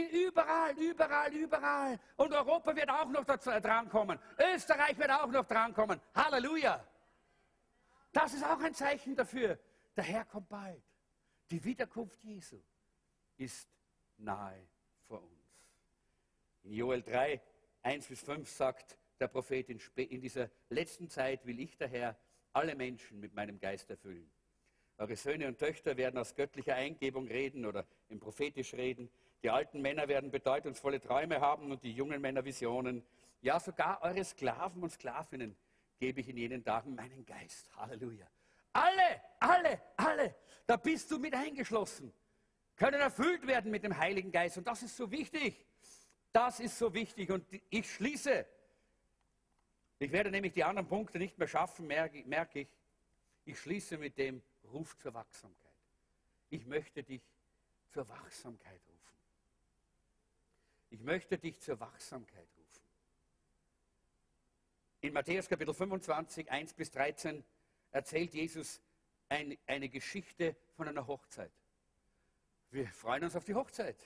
überall. Und Europa wird auch noch drankommen. Österreich wird auch noch drankommen. Halleluja! Das ist auch ein Zeichen dafür. Der Herr kommt bald. Die Wiederkunft Jesu ist nahe vor uns. In Joel 3, 1-5 sagt der Prophet, in dieser letzten Zeit will ich, der Herr, alle Menschen mit meinem Geist erfüllen. Eure Söhne und Töchter werden aus göttlicher Eingebung reden oder im prophetisch reden. Die alten Männer werden bedeutungsvolle Träume haben und die jungen Männer Visionen. Ja, sogar eure Sklaven und Sklavinnen gebe ich in jenen Tagen meinen Geist. Halleluja. Alle, da bist du mit eingeschlossen, können erfüllt werden mit dem Heiligen Geist. Und das ist so wichtig. Das ist so wichtig. Und ich schließe. Ich werde nämlich die anderen Punkte nicht mehr schaffen, merke ich. Ich schließe mit dem Ruf zur Wachsamkeit. Ich möchte dich zur Wachsamkeit rufen. Ich möchte dich zur Wachsamkeit rufen. In Matthäus Kapitel 25, 1-13 erzählt Jesus eine Geschichte von einer Hochzeit. Wir freuen uns auf die Hochzeit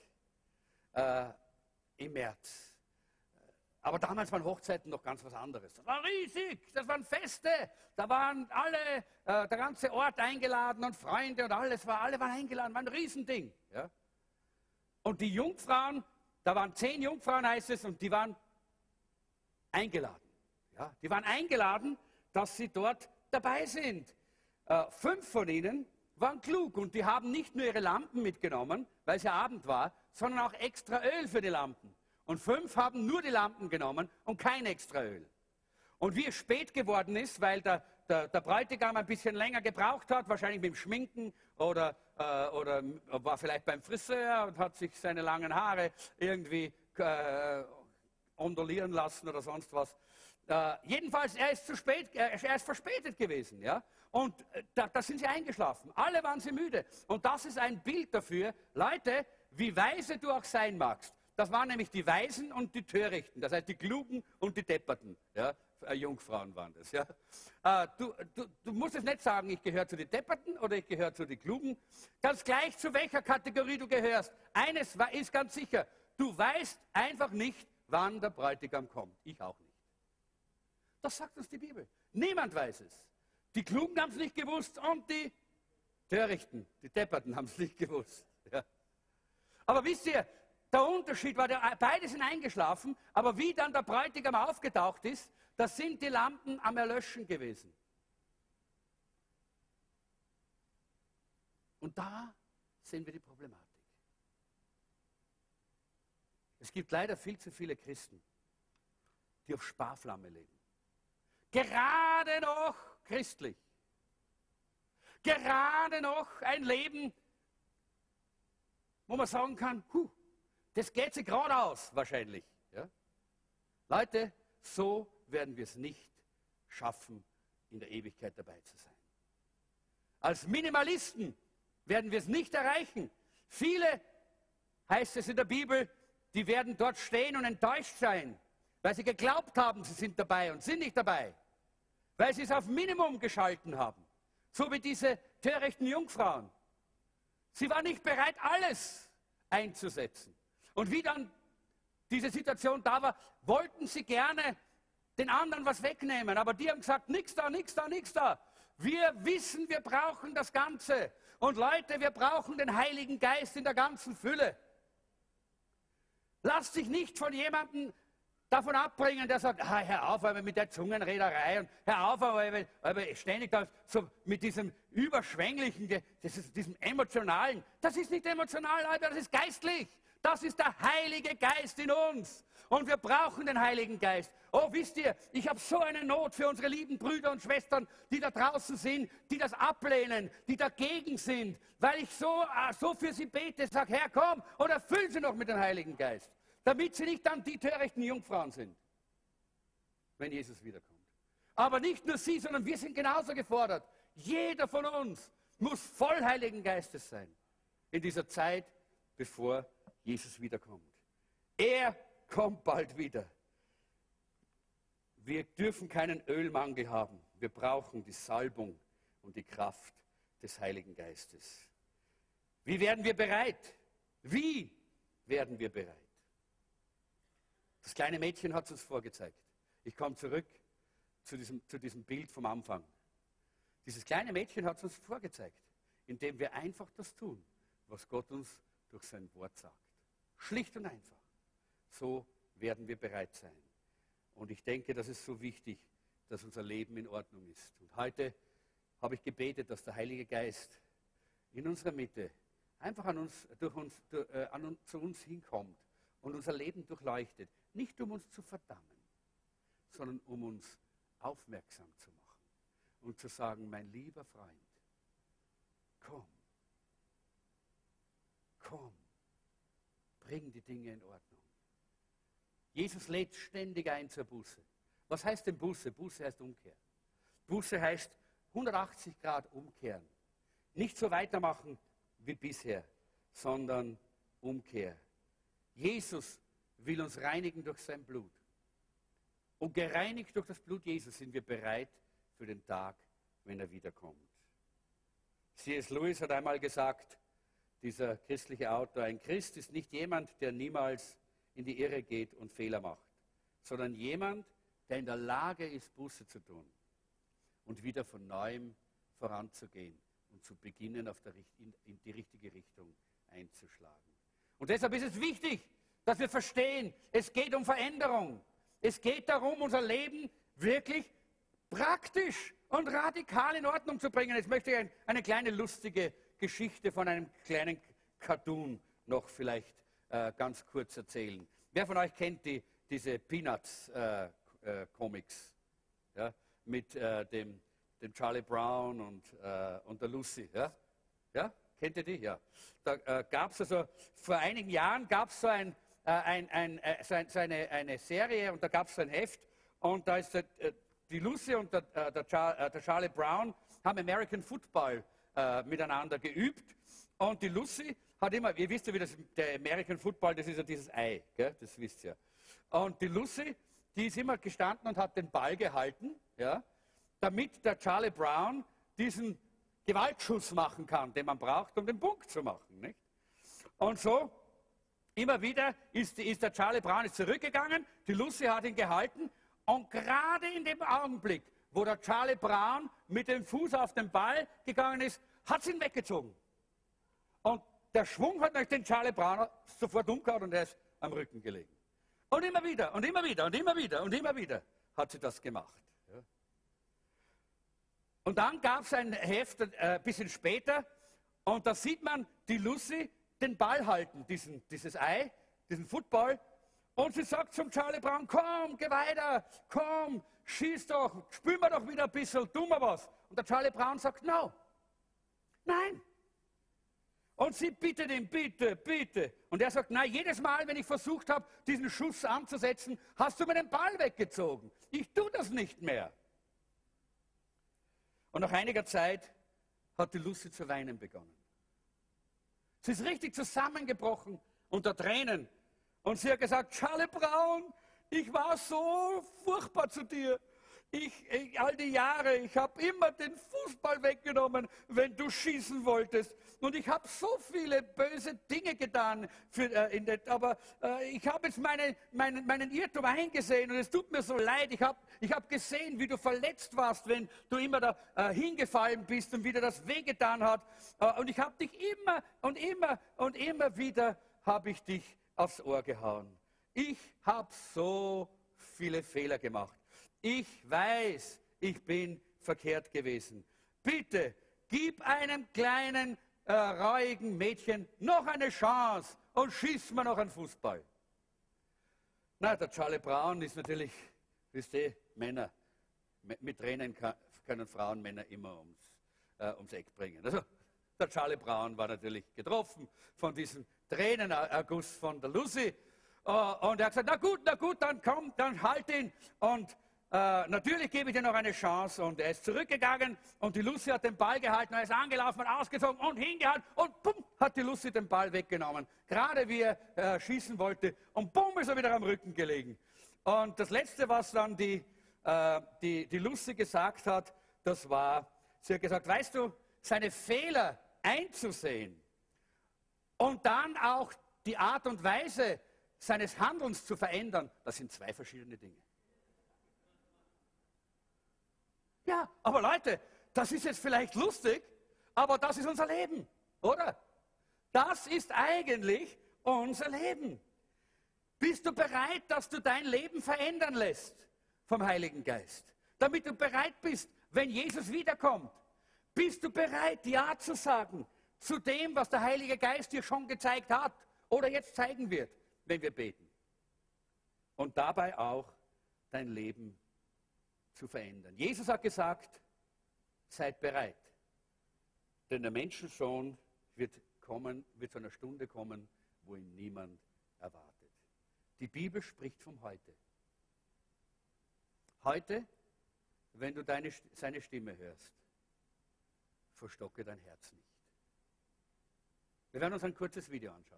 im März. Aber damals waren Hochzeiten noch ganz was anderes. Das war riesig, das waren Feste, da waren alle, der ganze Ort eingeladen und Freunde und alle waren eingeladen, war ein Riesending. Ja? Und die Jungfrauen, da waren 10 Jungfrauen, heißt es, und die waren eingeladen. Ja? Die waren eingeladen, dass sie dort dabei sind. 5 von ihnen waren klug und die haben nicht nur ihre Lampen mitgenommen, weil es ja Abend war, sondern auch extra Öl für die Lampen. Und 5 haben nur die Lampen genommen und kein extra Öl. Und wie es spät geworden ist, weil der Bräutigam ein bisschen länger gebraucht hat, wahrscheinlich mit dem Schminken oder war vielleicht beim Friseur und hat sich seine langen Haare irgendwie ondulieren lassen oder sonst was. Jedenfalls, er ist verspätet gewesen. Ja? Und da sind sie eingeschlafen. Alle waren sie müde. Und das ist ein Bild dafür, Leute, wie weise du auch sein magst. Das waren nämlich die Weisen und die Törichten, das heißt die Klugen und die Depperten. Ja? Jungfrauen waren das. Ja? Du musst es nicht sagen, ich gehöre zu den Depperten oder ich gehöre zu den Klugen. Ganz gleich, zu welcher Kategorie du gehörst. Eines ist ganz sicher, du weißt einfach nicht, wann der Bräutigam kommt. Ich auch nicht. Das sagt uns die Bibel. Niemand weiß es. Die Klugen haben es nicht gewusst und die Törichten, die Depperten haben es nicht gewusst. Ja. Aber wisst ihr, der Unterschied war, beide sind eingeschlafen, aber wie dann der Bräutigam aufgetaucht ist, da sind die Lampen am Erlöschen gewesen. Und da sehen wir die Problematik. Es gibt leider viel zu viele Christen, die auf Sparflamme legen. Gerade noch christlich. Gerade noch ein Leben, wo man sagen kann, das geht sich gerade aus, wahrscheinlich. Ja? Leute, so werden wir es nicht schaffen, in der Ewigkeit dabei zu sein. Als Minimalisten werden wir es nicht erreichen. Viele, heißt es in der Bibel, die werden dort stehen und enttäuscht sein, weil sie geglaubt haben, sie sind dabei und sind nicht dabei. Weil sie es auf Minimum geschalten haben. So wie diese törichten Jungfrauen. Sie waren nicht bereit, alles einzusetzen. Und wie dann diese Situation da war, wollten sie gerne den anderen was wegnehmen. Aber die haben gesagt, nichts da, nichts da, nichts da. Wir wissen, wir brauchen das Ganze. Und Leute, wir brauchen den Heiligen Geist in der ganzen Fülle. Lass dich nicht von jemandem davon abbringen, der sagt, hör auf mit der Zungenrederei und hör auf, aber ständig da so mit diesem überschwänglichen, diesem emotionalen. Das ist nicht emotional, Leute, das ist geistlich. Das ist der Heilige Geist in uns. Und wir brauchen den Heiligen Geist. Oh, wisst ihr, ich habe so eine Not für unsere lieben Brüder und Schwestern, die da draußen sind, die das ablehnen, die dagegen sind, weil ich so für sie bete, sage, Herr, komm und erfüll sie noch mit dem Heiligen Geist. Damit sie nicht dann die törichten Jungfrauen sind, wenn Jesus wiederkommt. Aber nicht nur sie, sondern wir sind genauso gefordert. Jeder von uns muss voll Heiligen Geistes sein in dieser Zeit, bevor Jesus wiederkommt. Er kommt bald wieder. Wir dürfen keinen Ölmangel haben. Wir brauchen die Salbung und die Kraft des Heiligen Geistes. Wie werden wir bereit? Wie werden wir bereit? Das kleine Mädchen hat es uns vorgezeigt. Ich komme zurück zu diesem Bild vom Anfang. Dieses kleine Mädchen hat es uns vorgezeigt, indem wir einfach das tun, was Gott uns durch sein Wort sagt. Schlicht und einfach. So werden wir bereit sein. Und ich denke, das ist so wichtig, dass unser Leben in Ordnung ist. Und heute habe ich gebetet, dass der Heilige Geist in unserer Mitte einfach zu uns hinkommt und unser Leben durchleuchtet. Nicht um uns zu verdammen, sondern um uns aufmerksam zu machen und zu sagen, mein lieber Freund, komm, bring die Dinge in Ordnung. Jesus lädt ständig ein zur Buße. Was heißt denn Buße? Buße heißt Umkehr. Buße heißt 180 Grad umkehren. Nicht so weitermachen wie bisher, sondern Umkehr. Jesus will uns reinigen durch sein Blut. Und gereinigt durch das Blut Jesus sind wir bereit für den Tag, wenn er wiederkommt. C.S. Lewis hat einmal gesagt, dieser christliche Autor, ein Christ ist nicht jemand, der niemals in die Irre geht und Fehler macht, sondern jemand, der in der Lage ist, Buße zu tun und wieder von Neuem voranzugehen und zu beginnen, in die richtige Richtung einzuschlagen. Und deshalb ist es wichtig, dass wir verstehen, es geht um Veränderung. Es geht darum, unser Leben wirklich praktisch und radikal in Ordnung zu bringen. Jetzt möchte ich eine kleine lustige Geschichte von einem kleinen Cartoon noch vielleicht ganz kurz erzählen. Wer von euch kennt diese Peanuts-Comics? Ja? Mit dem Charlie Brown und der Lucy. Ja? Ja? Kennt ihr die? Ja. Da gab es also, vor einigen Jahren gab es so eine Serie und da gab es so ein Heft und da ist die Lucy und der Charlie Brown haben American Football miteinander geübt und die Lucy hat immer, ihr wisst ja, wie der American Football, das ist ja dieses Ei, gell? Das wisst ihr. Und die Lucy die ist immer gestanden und hat den Ball gehalten, ja, damit der Charlie Brown diesen Gewaltschuss machen kann, den man braucht, um den Punkt zu machen. Nicht? Und so, immer wieder ist der Charlie Brown zurückgegangen, die Lucy hat ihn gehalten und gerade in dem Augenblick, wo der Charlie Brown mit dem Fuß auf den Ball gegangen ist, hat sie ihn weggezogen. Und der Schwung hat durch den Charlie Brown sofort umgehauen und er ist am Rücken gelegen. Und immer wieder, und immer wieder, und immer wieder, und immer wieder hat sie das gemacht. Ja. Und dann gab es ein Heft ein bisschen später und da sieht man die Lucy den Ball halten, dieses Ei, diesen Football. Und sie sagt zum Charlie Brown, komm, geh weiter, komm, schieß doch, spiel mir doch wieder ein bisschen, tu mal was. Und der Charlie Brown sagt, no, nein. Und sie bittet ihn, bitte, bitte. Und er sagt, nein, jedes Mal, wenn ich versucht habe, diesen Schuss anzusetzen, hast du mir den Ball weggezogen. Ich tue das nicht mehr. Und nach einiger Zeit hat die Lucy zu weinen begonnen. Sie ist richtig zusammengebrochen unter Tränen. Und sie hat gesagt, Charlie Brown, ich war so furchtbar zu dir. All die Jahre, ich habe immer den Fußball weggenommen, wenn du schießen wolltest. Und ich habe so viele böse Dinge getan, aber ich habe jetzt meinen Irrtum eingesehen und es tut mir so leid. Ich hab gesehen, wie du verletzt warst, wenn du immer da hingefallen bist und wie dir das wehgetan hat. Und ich habe dich immer und immer und immer wieder habe ich dich aufs Ohr gehauen. Ich habe so viele Fehler gemacht. Ich weiß, ich bin verkehrt gewesen. Bitte, gib einem kleinen, rauigen Mädchen noch eine Chance und schieß mir noch einen Fußball. Na, der Charlie Brown ist natürlich, wisst ihr, Männer. Mit Tränen können Frauen Männer immer ums Eck bringen. Also, der Charlie Brown war natürlich getroffen von diesem Tränenerguss von der Lucy. Und er hat gesagt, na gut, dann komm, dann halt ihn. Und natürlich gebe ich dir noch eine Chance. Und er ist zurückgegangen und die Lucy hat den Ball gehalten, er ist angelaufen, hat ausgezogen und hingehalten und bumm, hat die Lucy den Ball weggenommen. Gerade wie er schießen wollte und bumm, ist er wieder am Rücken gelegen. Und das Letzte, was dann die Lucy gesagt hat, das war, sie hat gesagt, weißt du, seine Fehler einzusehen und dann auch die Art und Weise seines Handelns zu verändern, das sind zwei verschiedene Dinge. Ja, aber Leute, das ist jetzt vielleicht lustig, aber das ist unser Leben, oder? Das ist eigentlich unser Leben. Bist du bereit, dass du dein Leben verändern lässt vom Heiligen Geist? Damit du bereit bist, wenn Jesus wiederkommt. Bist du bereit, Ja zu sagen zu dem, was der Heilige Geist dir schon gezeigt hat oder jetzt zeigen wird, wenn wir beten? Und dabei auch dein Leben zu verändern. Jesus hat gesagt, seid bereit, denn der Menschensohn wird zu einer Stunde kommen, wo ihn niemand erwartet. Die Bibel spricht vom Heute. Heute, wenn du seine Stimme hörst, verstocke dein Herz nicht. Wir werden uns ein kurzes Video anschauen.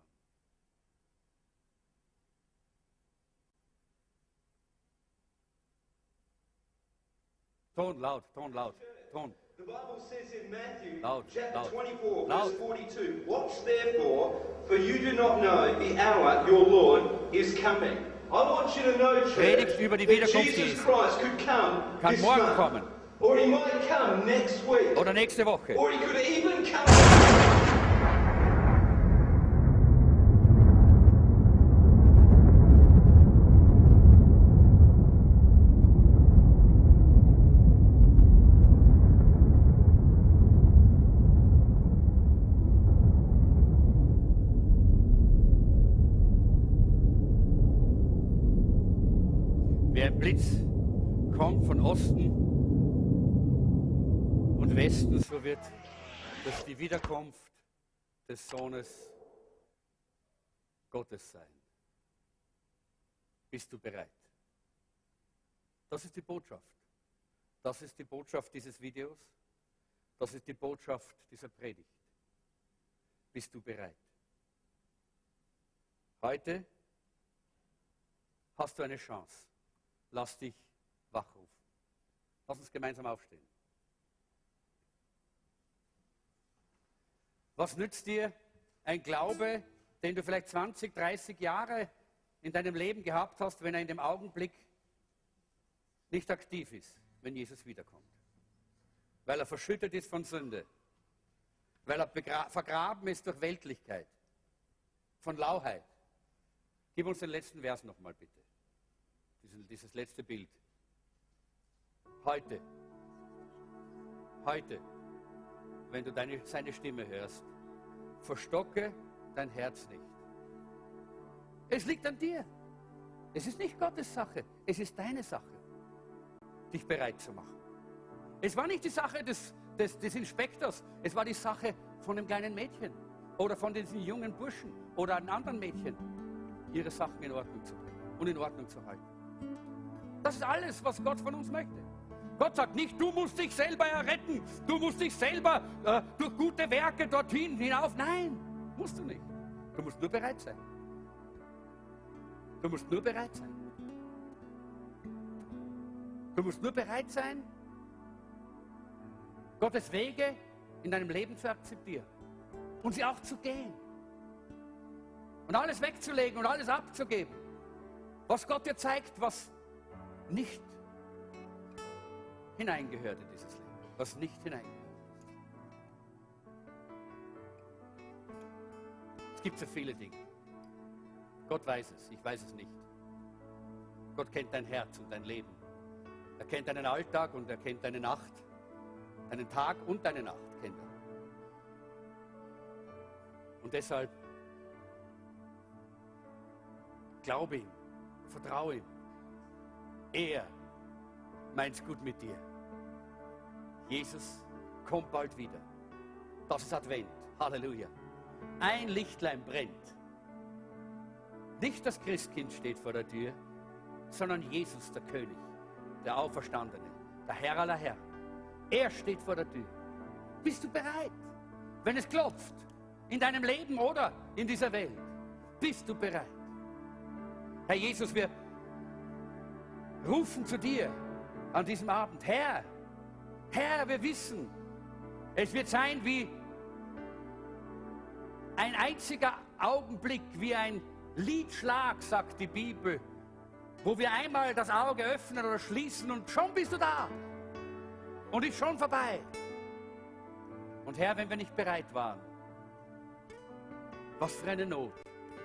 Ton, laut, Ton, laut, Ton. The Bible says in Matthew Loud, chapter loud, 24, loud. verse 42, watch therefore, for you do not know the hour your Lord is coming. I want you to know, church, Predigt über die that Wiederkunft Jesus Jesu. Christ could come Kann this morgen month, kommen or he might come next week, oder nächste Woche. or he could even come. Wie ein Blitz kommt von Osten und Westen, so wird das die Wiederkunft des Sohnes Gottes sein. Bist du bereit? Das ist die Botschaft. Das ist die Botschaft dieses Videos. Das ist die Botschaft dieser Predigt. Bist du bereit? Heute hast du eine Chance. lass dich wachrufen. Lass uns gemeinsam aufstehen. Was nützt dir ein Glaube, den du vielleicht 20, 30 Jahre in deinem Leben gehabt hast, wenn er in dem Augenblick nicht aktiv ist, wenn Jesus wiederkommt? Weil er verschüttet ist von Sünde, weil er vergraben ist durch Weltlichkeit, von Lauheit. Gib uns den letzten Vers nochmal bitte, dieses letzte Bild. Heute, wenn du seine Stimme hörst, verstocke dein Herz nicht. Es liegt an dir. Es ist nicht Gottes Sache, es ist deine Sache, dich bereit zu machen. Es war nicht die Sache des Inspektors, es war die Sache von dem kleinen Mädchen oder von diesen jungen Burschen oder einem anderen Mädchen, ihre Sachen in Ordnung zu bringen und in Ordnung zu halten. Das ist alles, was Gott von uns möchte. Gott sagt nicht, du musst dich selber erretten, du musst dich selber durch gute Werke dorthin hinauf. Nein, musst du nicht. Du musst nur bereit sein. Du musst nur bereit sein. Du musst nur bereit sein, Gottes Wege in deinem Leben zu akzeptieren und sie auch zu gehen. Und alles wegzulegen und alles abzugeben, was Gott dir zeigt, was nicht hineingehört in dieses Leben, was nicht hineingehört. Es gibt so viele Dinge. Gott weiß es, ich weiß es nicht. Gott kennt dein Herz und dein Leben. Er kennt deinen Alltag und er kennt deine Nacht. Deinen Tag und deine Nacht kennt er. Und deshalb glaube ihm, vertraue ihm. Er meint's gut mit dir. Jesus kommt bald wieder. Das ist Advent. Halleluja. Ein Lichtlein brennt. Nicht das Christkind steht vor der Tür, sondern Jesus, der König, der Auferstandene, der Herr aller Herren. Er steht vor der Tür. Bist du bereit? Wenn es klopft, in deinem Leben oder in dieser Welt, bist du bereit? Herr Jesus, wir rufen zu dir an diesem Abend. Herr, Herr, wir wissen, es wird sein wie ein einziger Augenblick, wie ein Liedschlag, sagt die Bibel, wo wir einmal das Auge öffnen oder schließen und schon bist du da und ist schon vorbei. Und Herr, wenn wir nicht bereit waren, was für eine Not,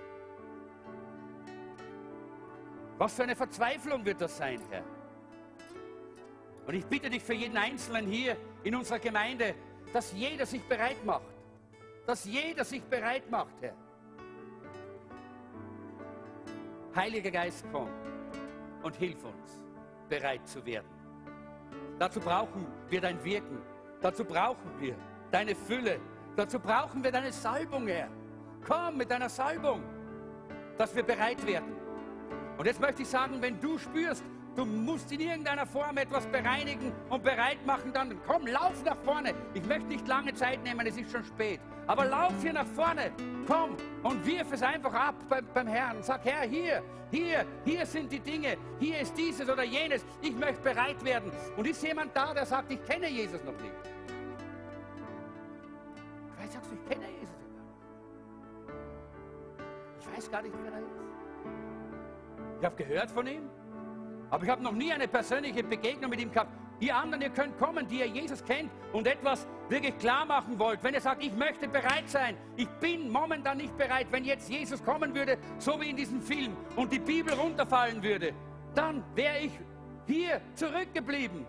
was für eine Verzweiflung wird das sein, Herr. Und ich bitte dich für jeden Einzelnen hier in unserer Gemeinde, dass jeder sich bereit macht. Dass jeder sich bereit macht, Herr. Heiliger Geist, komm und hilf uns, bereit zu werden. Dazu brauchen wir dein Wirken. Dazu brauchen wir deine Fülle. Dazu brauchen wir deine Salbung, Herr. Komm mit deiner Salbung, dass wir bereit werden. Und jetzt möchte ich sagen, wenn du spürst, du musst in irgendeiner Form etwas bereinigen und bereit machen, dann komm, lauf nach vorne. Ich möchte nicht lange Zeit nehmen, es ist schon spät. Aber lauf hier nach vorne, komm und wirf es einfach ab beim Herrn. Sag, Herr, hier sind die Dinge, hier ist dieses oder jenes. Ich möchte bereit werden. Und ist jemand da, der sagt, ich kenne Jesus noch nicht? Vielleicht sagst du, ich kenne Jesus noch nicht. Ich weiß gar nicht, wer er ist. Ich habe gehört von ihm, aber ich habe noch nie eine persönliche Begegnung mit ihm gehabt. Ihr anderen, ihr könnt kommen, die ihr Jesus kennt und etwas wirklich klar machen wollt. Wenn ihr sagt, ich möchte bereit sein, ich bin momentan nicht bereit, wenn jetzt Jesus kommen würde, so wie in diesem Film, und die Bibel runterfallen würde, dann wäre ich hier zurückgeblieben.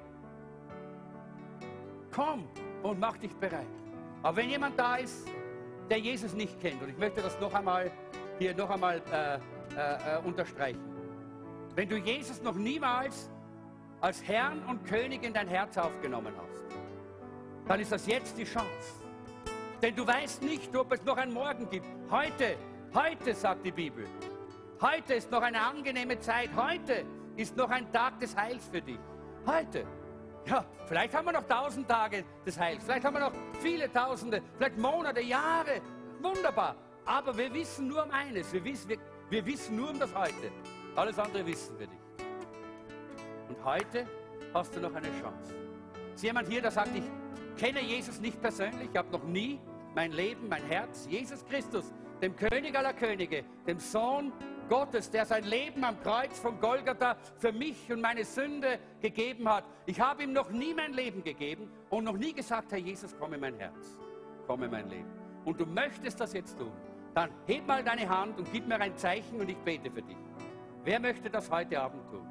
Komm und mach dich bereit. Aber wenn jemand da ist, der Jesus nicht kennt, und ich möchte das noch einmal unterstreichen, wenn du Jesus noch niemals als Herrn und König in dein Herz aufgenommen hast, dann ist das jetzt die Chance. Denn du weißt nicht, ob es noch einen Morgen gibt. Heute, sagt die Bibel, heute ist noch eine angenehme Zeit. Heute ist noch ein Tag des Heils für dich. Heute. Ja, vielleicht haben wir noch 1000 Tage des Heils. Vielleicht haben wir noch viele Tausende, vielleicht Monate, Jahre. Wunderbar. Aber wir wissen nur um eines. Wir wissen nur um das Heute. Alles andere wissen wir nicht. Und heute hast du noch eine Chance. Ist jemand hier, der sagt, ich kenne Jesus nicht persönlich, ich habe noch nie mein Leben, mein Herz, Jesus Christus, dem König aller Könige, dem Sohn Gottes, der sein Leben am Kreuz von Golgatha für mich und meine Sünde gegeben hat. Ich habe ihm noch nie mein Leben gegeben und noch nie gesagt, Herr Jesus, komm in mein Herz, komm in mein Leben. Und du möchtest das jetzt tun, dann heb mal deine Hand und gib mir ein Zeichen und ich bete für dich. Wer möchte das heute Abend tun?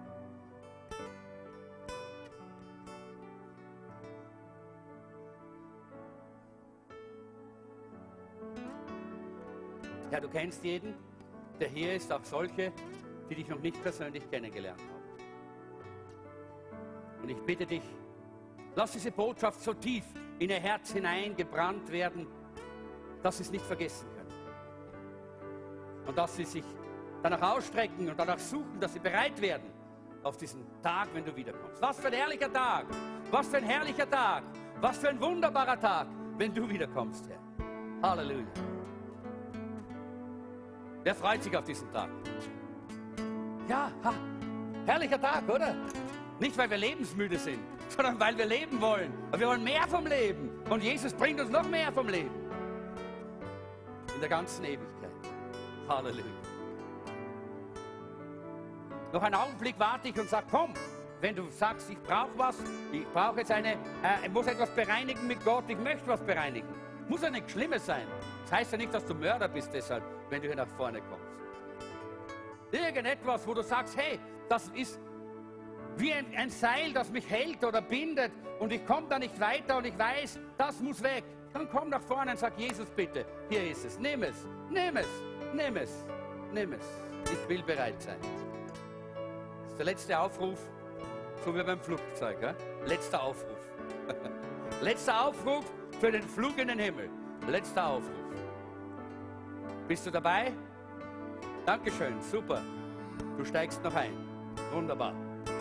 Ja, du kennst jeden, der hier ist, auch solche, die dich noch nicht persönlich kennengelernt haben. Und ich bitte dich, lass diese Botschaft so tief in ihr Herz hineingebrannt werden, dass sie es nicht vergessen können. Und dass sie sich danach ausstrecken und danach suchen, dass sie bereit werden auf diesen Tag, wenn du wiederkommst. Was für ein herrlicher Tag, was für ein herrlicher Tag, was für ein wunderbarer Tag, wenn du wiederkommst, Herr. Halleluja. Wer freut sich auf diesen Tag? Ja, herrlicher Tag, oder? Nicht, weil wir lebensmüde sind, sondern weil wir leben wollen. Aber wir wollen mehr vom Leben. Und Jesus bringt uns noch mehr vom Leben. In der ganzen Ewigkeit. Halleluja. Noch einen Augenblick warte ich und sage, komm, wenn du sagst, ich brauche was, ich brauche jetzt ich muss etwas bereinigen mit Gott, ich möchte was bereinigen. Muss ja nichts Schlimmes sein. Das heißt ja nicht, dass du Mörder bist deshalb, wenn du hier nach vorne kommst. Irgendetwas, wo du sagst, hey, das ist wie ein Seil, das mich hält oder bindet und ich komme da nicht weiter und ich weiß, das muss weg. Dann komm nach vorne und sag, Jesus bitte, hier ist es, nimm es, nimm es, nimm es, nimm es. Ich will bereit sein. Das ist der letzte Aufruf, so wie beim Flugzeug. Ja? Letzter Aufruf. Letzter Aufruf für den Flug in den Himmel. Letzter Aufruf. Bist du dabei? Dankeschön, super. Du steigst noch ein. Wunderbar.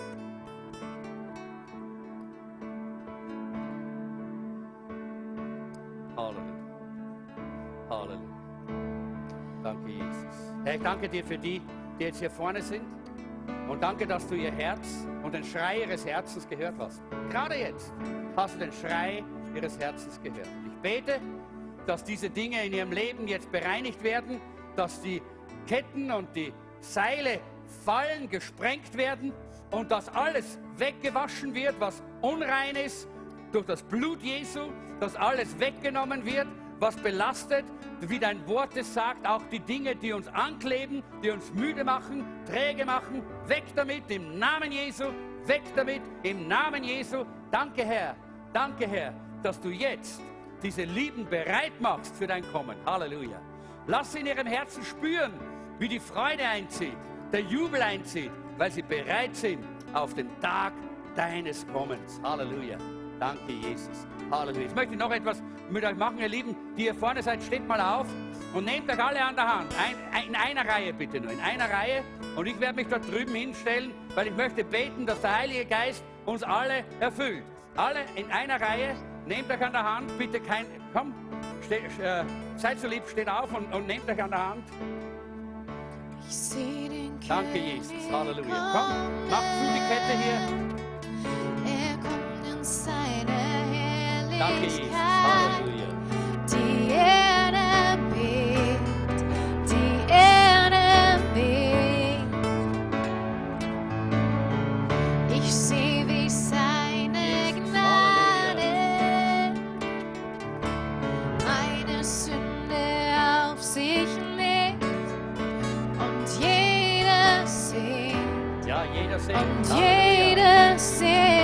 Halleluja. Halleluja. Danke, Jesus. Herr, ich danke dir für die jetzt hier vorne sind. Und danke, dass du ihr Herz und den Schrei ihres Herzens gehört hast. Gerade jetzt hast du den Schrei ihres Herzens gehört. Und ich bete, dass diese Dinge in ihrem Leben jetzt bereinigt werden, dass die Ketten und die Seile fallen, gesprengt werden und dass alles weggewaschen wird, was unrein ist, durch das Blut Jesu, dass alles weggenommen wird, was belastet, wie dein Wort es sagt, auch die Dinge, die uns ankleben, die uns müde machen, träge machen, weg damit im Namen Jesu, weg damit im Namen Jesu. Danke Herr, dass du jetzt diese Lieben bereit machst für dein Kommen. Halleluja. Lass sie in ihrem Herzen spüren, wie die Freude einzieht, der Jubel einzieht, weil sie bereit sind auf den Tag deines Kommens. Halleluja. Danke, Jesus. Halleluja. Ich möchte noch etwas mit euch machen, ihr Lieben, die hier vorne seid. Steht mal auf und nehmt euch alle an der Hand. In einer Reihe bitte nur, in einer Reihe. Und ich werde mich dort drüben hinstellen, weil ich möchte beten, dass der Heilige Geist uns alle erfüllt. Alle in einer Reihe. Nehmt euch an der Hand, bitte komm, seid so lieb, steht auf und nehmt euch an der Hand. Ich seh den Danke, Jesus. Halleluja. Komm, macht zu die Kette hier. Er kommt in seine Herrlichkeit. Danke, Jesus. Halleluja. Die Erde bebt, die Erde bebt. Ich seh, wie seine Gnade meine Sünde auf sich nimmt. Und jeder singt. Ja, jeder singt. Und Halleluja. jeder singt.